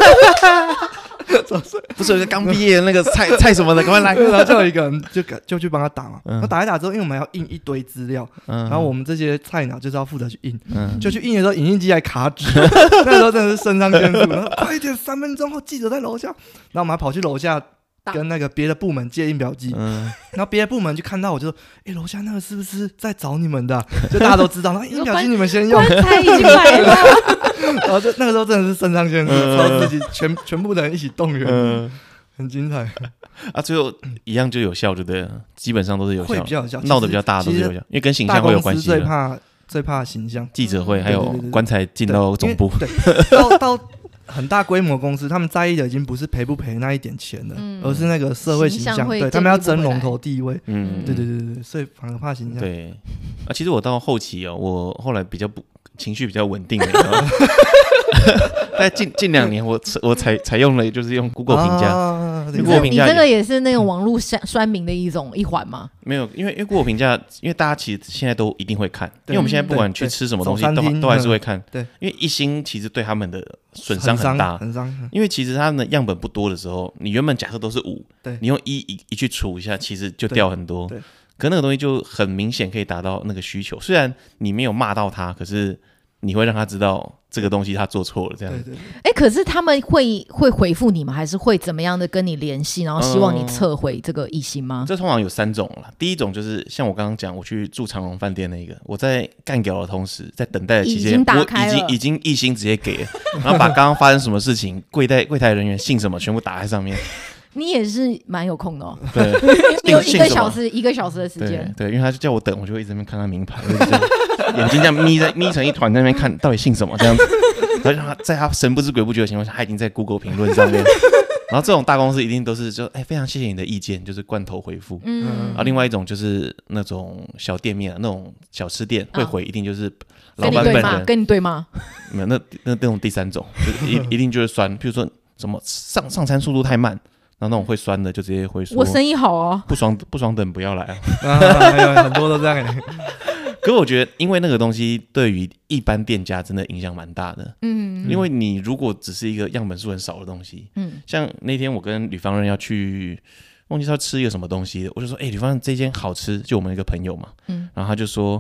不是有个刚毕业的那个菜什么的，赶快来， 然后就有一个人就去帮他打嘛。他打一打之后，因为我们要印一堆资料，然后我们这些菜鸟就是要负责去印，就去印的时候，影印机还卡纸，那时候真的是肾上腺素。然后快一点，3分钟后记者在楼下，然后我们还跑去楼下跟那个别的部门借印表机，然后别的部门就看到我就说：“楼下那个是不是在找你们的？”就大家都知道，然后印表机你们先用， 棺材已经来了。 然后那个时候真的是肾上腺素，超自己全部的人一起动员，很精彩啊！最后一样就有效，就对了，基本上都是有效， 会比较有效， 闹得比较大都是有效，因为跟形象会有关系。 最怕形象， 记者会还有棺材进到总部， 对，到很大规模公司，他们在意的已经不是赔不赔那一点钱了，而是那个社会形象，对他们要争龙头地位，对，所以反而怕形象。 对啊，其实我到后期我后来情绪比较稳定了，在近2年我采用了就是用 Google 评价， 你这个也是那种网络酸民的一环吗？ 没有，因为 Google 评价，因为大家其实现在都一定会看，因为我们现在不管去吃什么东西都还是会看，对，因为1星其实对他们的损伤很大，因为其实他们的样本不多的时候，你原本假设都是5，你用一去除一下，其实就掉很多。可那个东西就很明显可以达到那个需求，虽然你没有骂到他，可是你会让他知道这个东西他做错了这样。 可是他们会回复你吗？还是会怎么样的跟你联系，然后希望你撤回这个1星吗？ 这通常有3种啦。第一种就是像我刚刚讲，我去住长荣饭店那个，我在干掉的同时，在等待的期间，我已经1星直接给了，然后把刚刚发生什么事情，柜台人员姓什么全部打在上面。 你也是蛮有空的哦， 对， 有1个小时的时间， 对，因为他就叫我等，我就会一直在那边看他名牌，眼睛这样眯成一团，在那边看到底姓什么这样子，然后在他神不知鬼不觉的情况下，他已经在 Google 评论上面。然后这种大公司一定都是就非常谢谢你的意见，就是罐头回复。然后另外一种就是那种小店面那种小吃店会回，一定就是老板本人跟你对吗？ 没有，那种第3种，就一定就是酸，譬如说什么上餐速度太慢。然后那种会酸的就直接会说， 我生意好哦， 不爽等不要来很多都这样。 可是我觉得，因为那个东西对于一般店家真的影响蛮大的。因为你如果只是一个样本数很少的东西，像那天我跟吕方人要去，忘记他吃一个什么东西的，我就说，吕方人这间好吃，就我们一个朋友嘛，然后他就说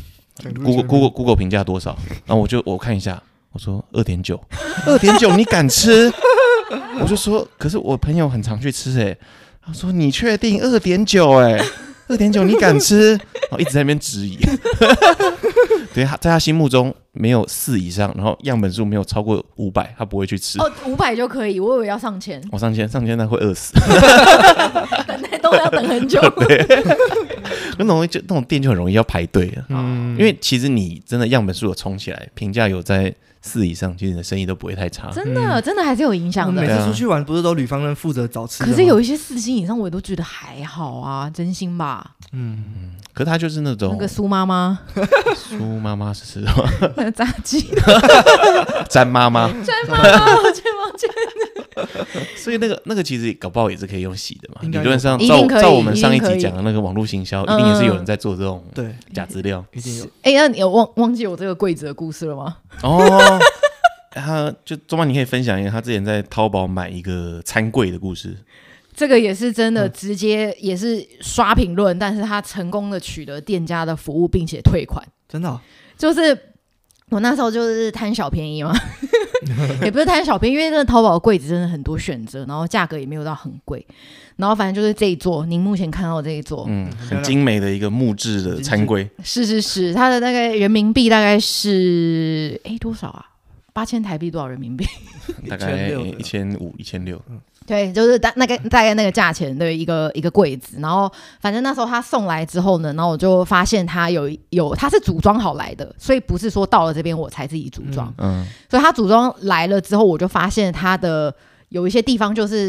Google 评价多少，然后我看一下，我说2.9，2.9你敢吃？我就说，可是我朋友很常去吃他说你确定2.9？2.9你敢吃？然后一直在那边质疑。对，在他心目中没有4以上，然后样本数没有超过500，他不会去吃。 500就可以，我以为要上千。 我上千那会饿死。 等待都要等很久。 对，那种店就很容易要排队了。因为其实你真的样本数有冲起来，评价有在4以上，其实你的生意都不会太差。 真的还是有影响的。 每次出去玩不是都吕方人负责找吃的吗？ 可是有一些4星以上，我都觉得还好啊，真心吧。 可是他就是那种那个苏妈妈是什么？ 那个炸鸡。 詹妈妈， 抱歉。 所以那个其实搞不好也是可以用洗的嘛。理论上， 照我们上一集讲的那个网络行销，一定也是有人在做这种假资料， 一定有。 那你有忘记我这个柜子的故事了吗？ 他就中曼，你可以分享一个他之前在淘宝买一个餐柜的故事。 这个也是真的，直接也是刷评论，但是他成功的取得店家的服务，并且退款。 真的就是我那时候就是贪小便宜嘛，也不是贪小便宜，因为那个淘宝的柜子真的很多选择，然后价格也没有到很贵，然后反正就是这一座，您目前看到的这一座， 很精美的一个木质的餐柜， 是，它的那个人民币大概是多少啊？8000台币多少人民币？ 大概1500、1600。 对，就是大概那个价钱的一个柜子，然后反正那时候他送来之后呢，然后我就发现他他是组装好来的，所以不是说到了这边我才自己组装，所以他组装来了之后，我就发现他的有一些地方就是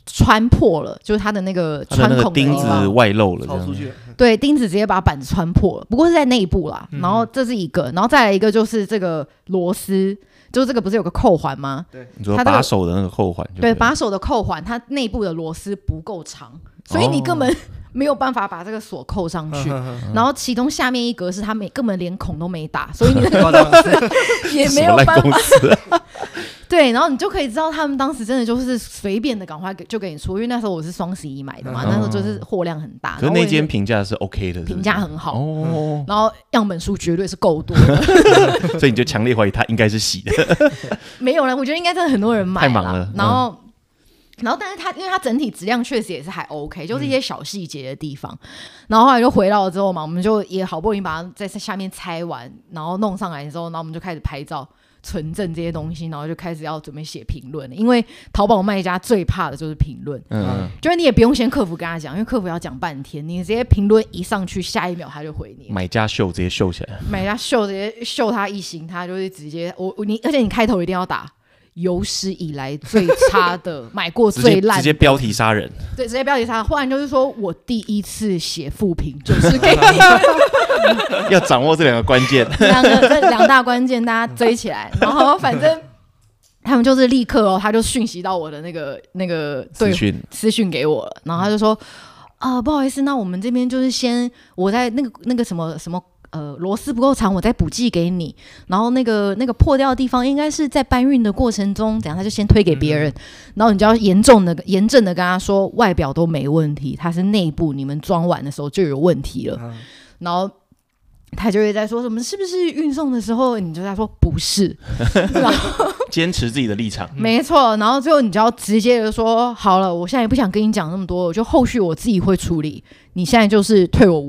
穿破了，就是它的那个穿孔的钉子外露了， 超出去了。 对，钉子直接把板子穿破了，不过是在内部啦。然后这是一个，然后再来一个就是这个螺丝，就是这个不是有个扣环吗？ 对， 你说把手的那个扣环， 对，把手的扣环，它内部的螺丝不够长，所以你根本没有办法把这个锁扣上去。然后其中下面一格是它根本连孔都没打，所以你也没有办法。对，然后你就可以知道他们当时真的就是随便的赶快就给你出，因为那时候我是双11买的嘛，那时候就是货量很大。 可是那间评价是 OK 的， 评价很好然后样本数绝对是够多的， 所以你就强烈怀疑它应该是洗的。 没有了，我觉得应该真的很多人买， 太忙了。 然后，但是因为它整体质量确实也是还 OK， 就是一些小细节的地方。然后后来就回到了之后嘛，我们就也好不容易把它在下面拆完，然后弄上来之后，然后我们就开始拍照、存证这些东西，然后就开始要准备写评论。因为淘宝卖家最怕的就是评论，就是你也不用先客服跟他讲，因为客服要讲半天，你直接评论一上去，下一秒他就回你。 买家秀直接秀起来， 买家秀直接秀他一行，他就是直接而且你开头一定要打。有史以来最差的，买过最烂的， 直接标题杀人。 对，直接标题杀人。忽然就是说我第一次写负评，就是给你们要掌握这两个关键， 这两大关键，大家追起来。然后反正他们就是立刻他就讯息到我的那个私讯给我了，然后他就说不好意思，那我们这边就是先我在那个什么。螺丝不够长，我再补寄给你。然后那个破掉的地方，应该是在搬运的过程中，怎样他就先推给别人。然后你就要严正的跟他说，外表都没问题，它是内部你们装完的时候就有问题了。然后他就会在说什么，是不是运送的时候？你就在说不是，然后坚持自己的立场， 没错。然后最后你就要直接的说，好了，我现在也不想跟你讲那么多，我就后续我自己会处理。你现在就是退我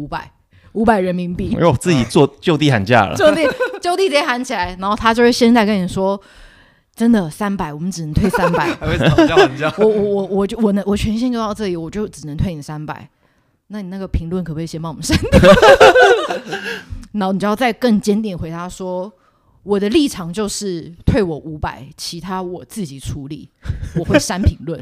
500人民币， 自己就地喊价了， 就地直接喊起来，然后他就会现在跟你说，真的300，我们只能退300， 还会吵架喊价。 我权限就到这里，我就只能退你300。那你那个评论可不可以先帮我们删掉？然后你就要再更坚定回他说，我的立场就是退我500，其他我自己处理，我会删评论。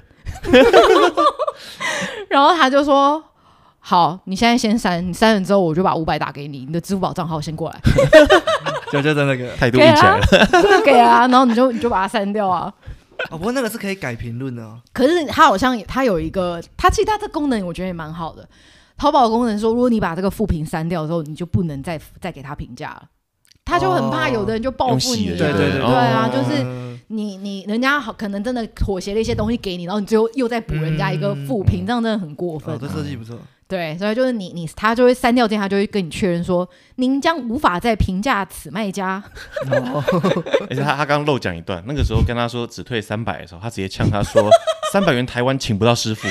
然后他就说。好，你现在先删，你删了之后，我就把500打给你，你的支付宝账号先过来。 就在那个态度硬起来了， 就给啊，然后你就把它删掉啊。 不过那个是可以改评论的哦。 可是它好像它有一个，其实它这功能我觉得也蛮好的。淘宝的功能说，如果你把这个负评删掉之后，你就不能再给他评价了。他就很怕有的人就报复你， 对啊，就是你人家可能真的妥协了一些东西给你，然后你最后又再补人家一个负评，这样真的很过分。 这设计不错。 对，所以就是他就会删掉这样，他就会跟你确认说，您将无法再评价此卖家。 而且他刚漏讲一段，那个时候跟他说只退300的时候，他直接呛他说300元台湾请不到师傅。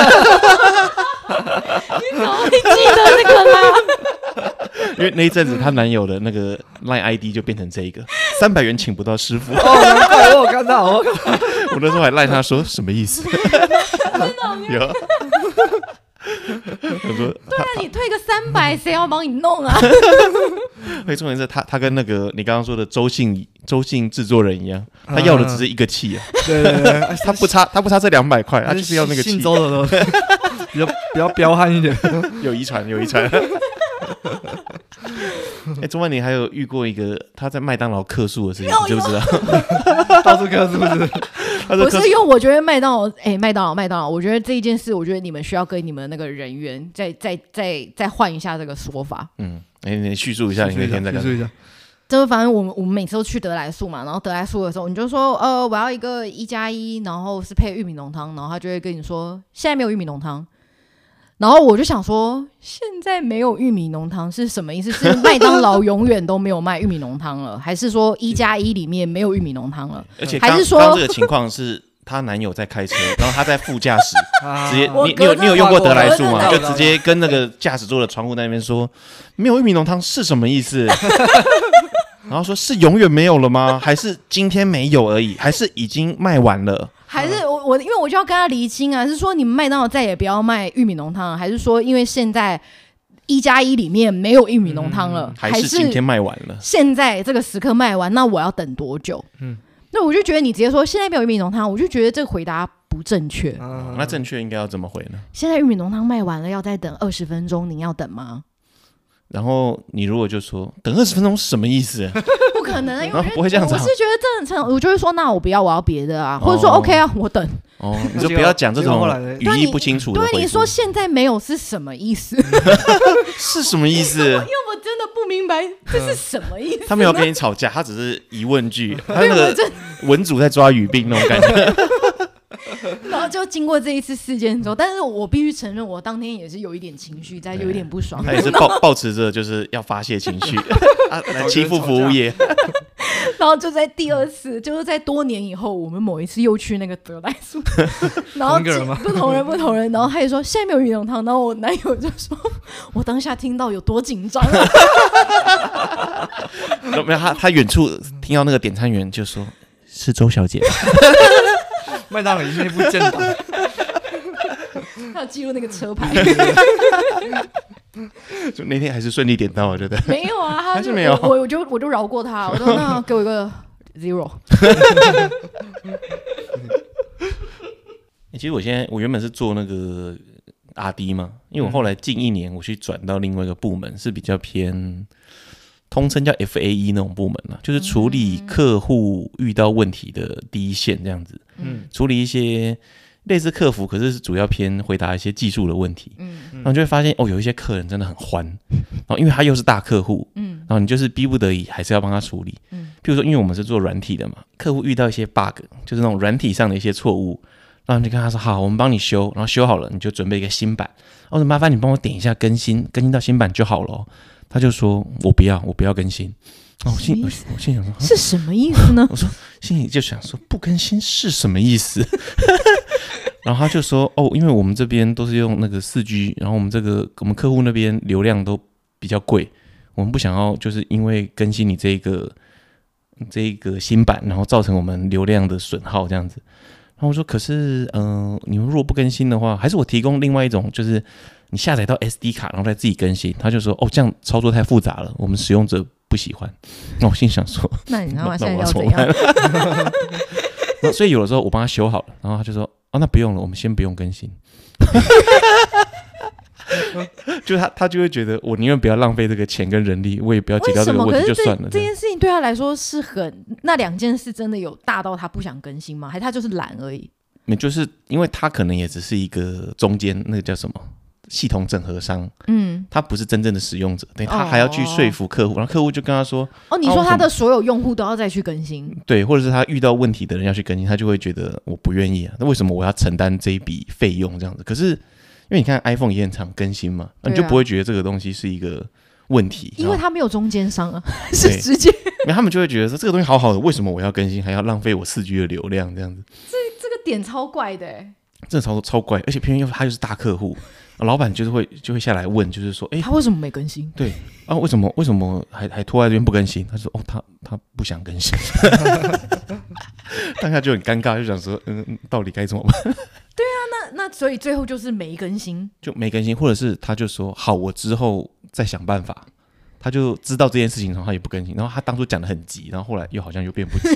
你怎么会记得这个吗？ 因为那一阵子她男友的那个 LINE ID 就变成这一个300元请不到师傅。 难怪我有看到，我那时候还赖他说什么意思？有。我说对啊，你退个300，谁要帮你弄啊？ 所以重点是他跟那个你刚刚说的周姓制作人一样，他要的只是一个气啊。对，他不差这200块，他就是要那个气。 姓周的都比较彪悍一点， 有遗传。中万你还有遇过一个他在麦当劳客诉的事情，你知不知道？ 到处客诉是不是？ 不是，因为我觉得麦当劳，我觉得这一件事，我觉得你们需要跟你们那个人员再换一下这个说法。 你叙述一下，你那天在干嘛？ 就是反正我们每次都去得来速嘛，然后得来速的时候，你就说我要一个1+1，然后是配玉米浓汤，然后他就会跟你说现在没有玉米浓汤。然后我就想说，现在没有玉米浓汤是什么意思？是麦当劳永远都没有卖玉米浓汤了，还是说1+1里面没有玉米浓汤了？ 而且还是说刚这个情况是她男友在开车，然后她在副驾驶，直接你有用过得来速吗？就直接跟那个驾驶座的窗户那边说，没有玉米浓汤是什么意思？然后说是永远没有了吗？还是今天没有而已？还是已经卖完了？ 还是因为我就要跟他厘清啊，是说你们麦当劳再也不要卖玉米浓汤，还是说因为现在1+1里面没有玉米浓汤了， 还是今天卖完了？ 现在这个时刻卖完，那我要等多久？那我就觉得你直接说现在没有玉米浓汤，我就觉得这个回答不正确。 那正确应该要怎么回呢？ 现在玉米浓汤卖完了，要再等20分钟，您要等吗？ 然后你如果就说等20分钟是什么意思？ 不可能，因为不会这样子。 我是觉得这很我就会说，那我不要，我要别的啊，或者说 OK 啊，我等。 你就不要讲这种语义不清楚的回复。 对，你说现在没有是什么意思？ 是什么意思？ 因为我真的不明白这是什么意思。 他没有跟你吵架，他只是疑问句，他那个文组在抓语病那种感觉。 然后就经过这一次事件之后，但是我必须承认，我当天也是有一点情绪在，有一点不爽。 他也是抱持着就是要发泄情绪，来欺负服务业。 然后就在第二次，就是在多年以后，我们某一次又去那个德莱素，然后不同人，然后他也说现在没有玉米浓汤，然后我男友就说，我当下听到有多紧张啊。 没有，他远处听到那个点餐员就说是周小姐。 麦当劳已经内部建档， 他有记录那个车牌。 就那天还是顺利点到了，对不对？ 没有啊，他还是没有。 我就饶过他，我说那给我一个 0。 其实我原本是做那个 RD 嘛，因为我后来近1年我去转到另外一个部门，是比较偏通称叫 FAE 那种部门啦，就是处理客户遇到问题的第一线这样子。处理一些类似客服，可是主要偏回答一些技术的问题。然后就会发现有一些客人真的很欢，然后因为他又是大客户，然后你就是逼不得已还是要帮他处理。譬如说，因为我们是做软体的嘛，客户遇到一些 bug， 就是那种软体上的一些错误，然后你就跟他说好，我们帮你修，然后修好了你就准备一个新版，说麻烦你帮我点一下更新到新版就好了。他就说我不要更新。我心想说是什么意思呢？ 我说心里就想说不更新是什么意思？然后他就说因为我们这边都是用那个4G， 然后我们客户那边流量都比较贵，我们不想要就是因为更新你这个新版，然后造成我们流量的损耗这样子。然后我说可是你们如果不更新的话，还是我提供另外一种，就是你下载到 SD 卡然后再自己更新。他就说这样操作太复杂了，我们使用者不喜欢。那我心想说那你现在要怎样？ 所以有的时候我帮他修好了，然后他就说那不用了，我们先不用更新。就他就会觉得我宁愿不要浪费这个钱跟人力，我也不要解掉这个问题就算了。 这件事情对他来说是那2件事真的有大到他不想更新吗？还是他就是懒而已？ 就是因为他可能也只是一个中间那个叫什么系统整合商，他不是真正的使用者，对，他还要去说服客户，然后客户就跟他说你说他的所有用户都要再去更新， 对，或者是他遇到问题的人要去更新，他就会觉得我不愿意啊，那为什么我要承担这一笔费用这样子？可是因为你看 iPhone 也很常更新嘛，你就不会觉得这个东西是一个问题， 因为他没有中间商啊，是直接， 他们就会觉得说这个东西好好的，为什么我要更新，还要浪费我4G 的流量这样子？ 这个点超怪的真的超怪，而且偏偏他又是大客户，老板就会下来问，就是说， 他为什么没更新？ 对啊，为什么还拖在这边不更新？他说他不想更新，当下就很尴尬，就想说，到底该怎么办？ 对啊，那所以最后就是没更新， 或者是他就说好，我之后再想办法。他就知道这件事情，然后他也不更新，然后他当初讲得很急，然后后来又好像又变不急。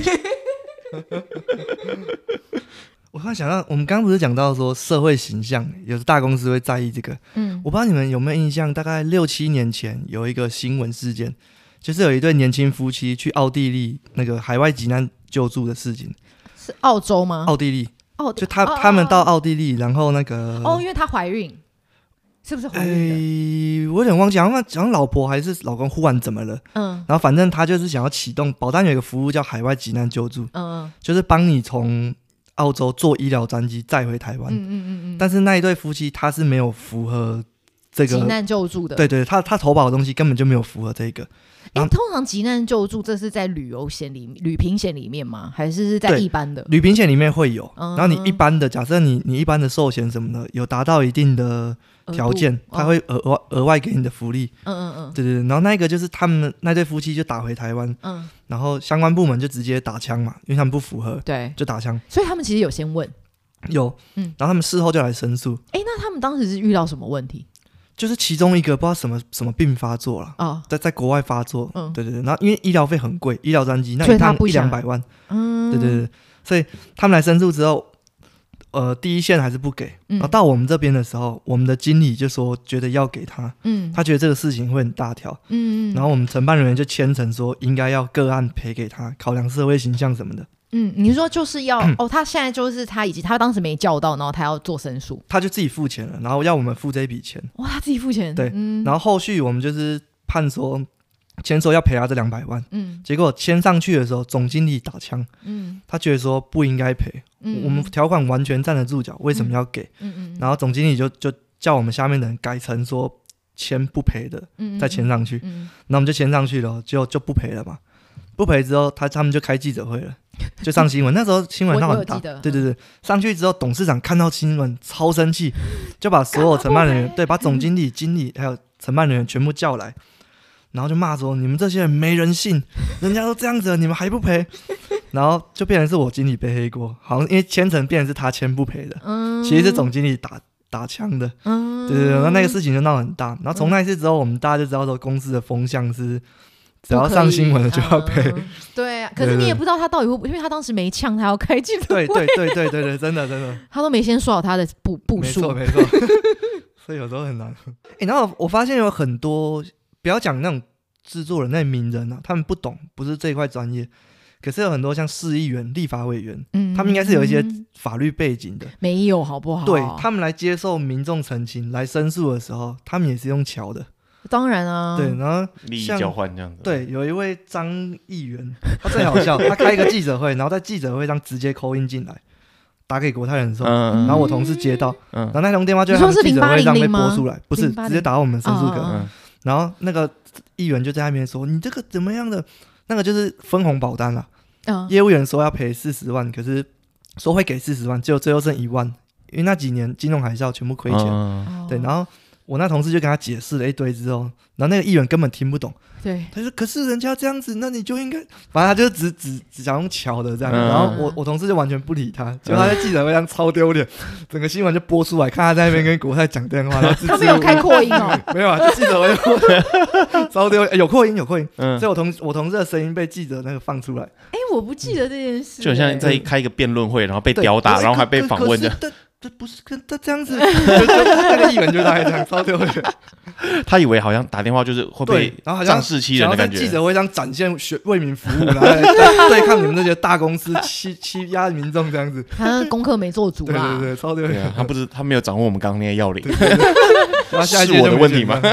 我突然想到，我们刚刚不是讲到说社会形象，有的大公司会在意这个。我不知道你们有没有印象，大概6-7年前有一个新闻事件，就是有一对年轻夫妻去奥地利那个海外急难救助的事情。 是澳洲吗？ 奥地利。就他们到奥地利，然后那个因为她怀孕。是不是怀孕的？我有点忘记，好像老婆还是老公忽然怎么了？然后反正他就是想要启动保单，有一个服务叫海外急难救助，就是帮你从澳洲坐医疗专机载回台湾。但是那一对夫妻他是没有符合这个急难救助的， 对，他投保的东西根本就没有符合这个。 通常急难救助这是在旅平险里面吗？还是在一般的？ 旅平险里面会有，然后你一般的，假设你一般的寿险什么的有达到一定的条件，他会额外给你的福利。对，然后那个就是他们那对夫妻就打回台湾，然后相关部门就直接打枪嘛，因为他们不符合， 对， 就打枪。 所以他们其实有先问， 然后他们事后就来申诉。 那他们当时是遇到什么问题？ 就是其中一个不知道什么病发作了，在国外发作，对，然后因为医疗费很贵，医疗专机那一趟100-200万，对，所以他们来申诉之后， 第一线还是不给，然后到我们这边的时候，我们的经理就说觉得要给他，他觉得这个事情会很大条，然后我们承办人员就签成说应该要个案赔给他，考量社会形象什么的。 你说就是要他现在就是他当时没叫到，然后他要做申诉， 他就自己付钱了，然后要我们付这笔钱。 哇，他自己付钱？ 对，然后后续我们就是判说签说要赔他这200万，结果签上去的时候，总经理打枪，他觉得说不应该赔，我们条款完全站得住脚，为什么要给？然后总经理就叫我们下面的人改成说签不赔的，再签上去，那我们就签上去了，就不赔了嘛。不赔之后，他们就开记者会了，就上新闻。那时候新闻闹很大，对，上去之后，董事长看到新闻超生气，就把所有承办人员，对，把总经理、经理还有承办人员全部叫来，然后就骂说：“你们这些人没人性，人家都这样子了，你们还不赔？”然后就变成是我经理背黑锅，好像因为签成变成是他签不赔的，其实是总经理打枪的，对，那个事情就闹很大。然后从那一次之后，我们大家就知道说公司的风向是。只要上新闻了就要赔， 对啊。可是你也不知道他到底会不会，因为他当时没呛，他要开记者会。 对，真的，他都没先说好他的步数， 没错。所以有时候很难。然后我发现有很多，不要讲那种制作人、那些名人啊，他们不懂，不是这一块专业。可是有很多像市议员、立法委员，他们应该是有一些法律背景的。 没有好不好？ 对，他们来接受民众陈情、来申诉的时候，他们也是用瞧的。 当然啊， 对，然后利益交换这样子。 对，有一位张议员，他最好笑，他开一个记者会，然后在记者会上直接call in进来，打给国泰人寿，然后我同事接到，然后那通电话就在他们记者会上被播出来，不是直接打到我们申诉科，然后那个议员就在那边说：“你这个怎么样的？那个就是分红保单啦，业务员说要赔40万，可是说会给40万，结果最后剩1万，因为那几年金融海啸全部亏钱，对，然后。”我那同事就跟他解释了一堆之后，然后那个议员根本听不懂， 对， 他说：“可是人家这样子，那你就应该……反正他就只想用瞧的这样。”然后我同事就完全不理他，结果他在记者会上超丢脸，整个新闻就播出来，看他在那边跟国泰讲电话，然后他没有开扩音哦， 没有啊，就记者会超丢脸，有扩音，所以我同事的声音被记者那个放出来。 我不记得这件事， 就好像在开一个辩论会，然后被吊打，然后还被访问的。 这不是跟他这样子，那个议员就大概这样，超丢脸。 他以为好像打电话就是会被仗势欺人的感觉， 记者会上展现为民服务，然后对抗你们这些大公司欺压民众这样子。 他功课没做足啦， 对，超丢脸。 他没有掌握我们刚刚那些要领， 是我的问题吗？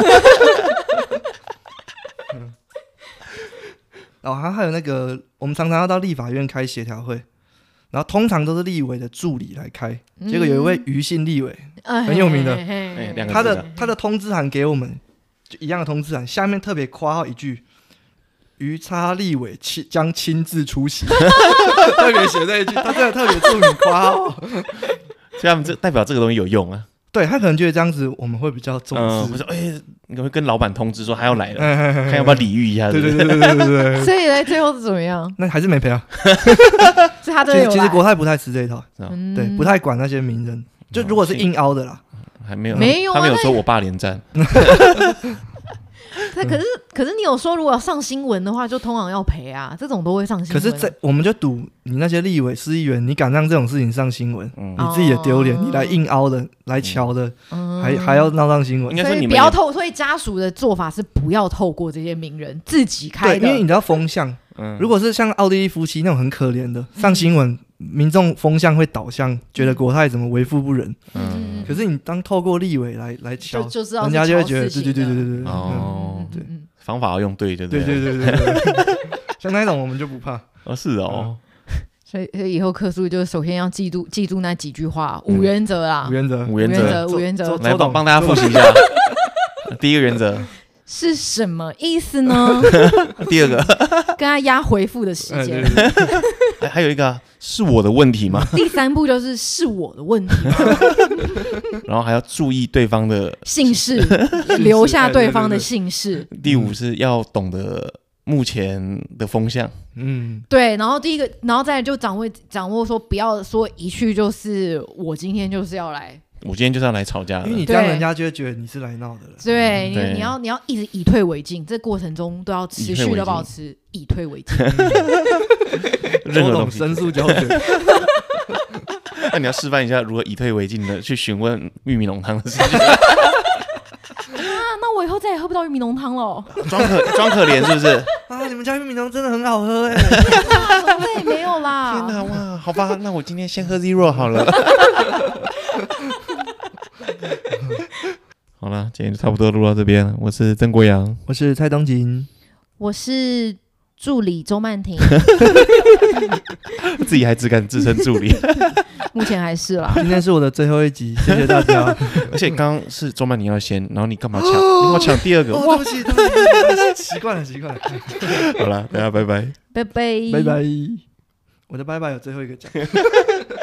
然后还有那个，我们常常要到立法院开协调会。然后通常都是立委的助理来开，结果有一位余姓立委很有名的，他的通知函给我们，就一样的通知函，下面特别括号一句：余差立委将亲自出席，特别写这一句，他真的特别注明括号， 所以他们这代表这个东西有用啊。 对，他可能觉得这样子我们会比较重视。 我说你会跟老板通知说他要来了，看要不要礼遇一下。 对。 所以呢，最后是怎么样？ 那还是没赔啊。 是他真的有来。 其实国泰不太吃这一套，对，不太管那些名人。就如果是硬凹的啦， 还没有， 他没有说我爸连战。 可是你有说如果要上新闻的话，就通常要赔啊，这种都会上新闻。 可是我们就赌你那些立委、市议员，你敢让这种事情上新闻，你自己也丢脸。你来硬凹的，来瞧的，还要闹上新闻。 应该说你们不要透，所以家属的做法是不要透过这些名人自己开的， 对，因为你知道风向。如果是像奥地利夫妻那种很可怜的上新闻，民众风向会导向觉得国泰怎么为富不仁。可是你当透过立委来瞧，人家就会觉得对。 哦，对，方法要用对，对， 像那种我们就不怕。 是哦。 所以以后客诉就首先要记住那几句话，5原则啦 ，5 原则，来帮大家复习一下。第一个原则是什么意思呢？ 第二个跟他压回复的时间。 还有一个是我的问题吗？ 第3步是我的问题吗？ 然后还要注意对方的姓氏，留下对方的姓氏。 第5是要懂得目前的风向。 对，然后第一个，然后再来就掌握说不要说一去就是我今天就是要来。 我今天就是要来吵架的， 因为你这样人家就会觉得你是来闹的了。 对，你要一直以退为进，这过程中都要持续的保持以退为进。 任何东西申诉教学。 那你要示范一下如何以退为进的去询问玉米浓汤的事情。 那我以后再也喝不到玉米浓汤了。 装可怜是不是？ 啊，你们家玉米浓真的很好喝哎。 那也没有啦。 天哪，哇，好吧，那我今天先喝 Zero 好了。好了，今天就差不多录到这边了。我是曾国阳， 我是蔡东锦， 我是助理周曼婷。 自己还只敢自称助理。 目前还是啦。 今天是我的最后一集，谢谢大家。 而且刚刚是周曼婷要先，然后你干嘛抢？你干嘛抢第二个？ 对不起，对不起，习惯了。 好了，大家拜拜， 拜拜， 拜拜。我的拜拜有最后一个讲。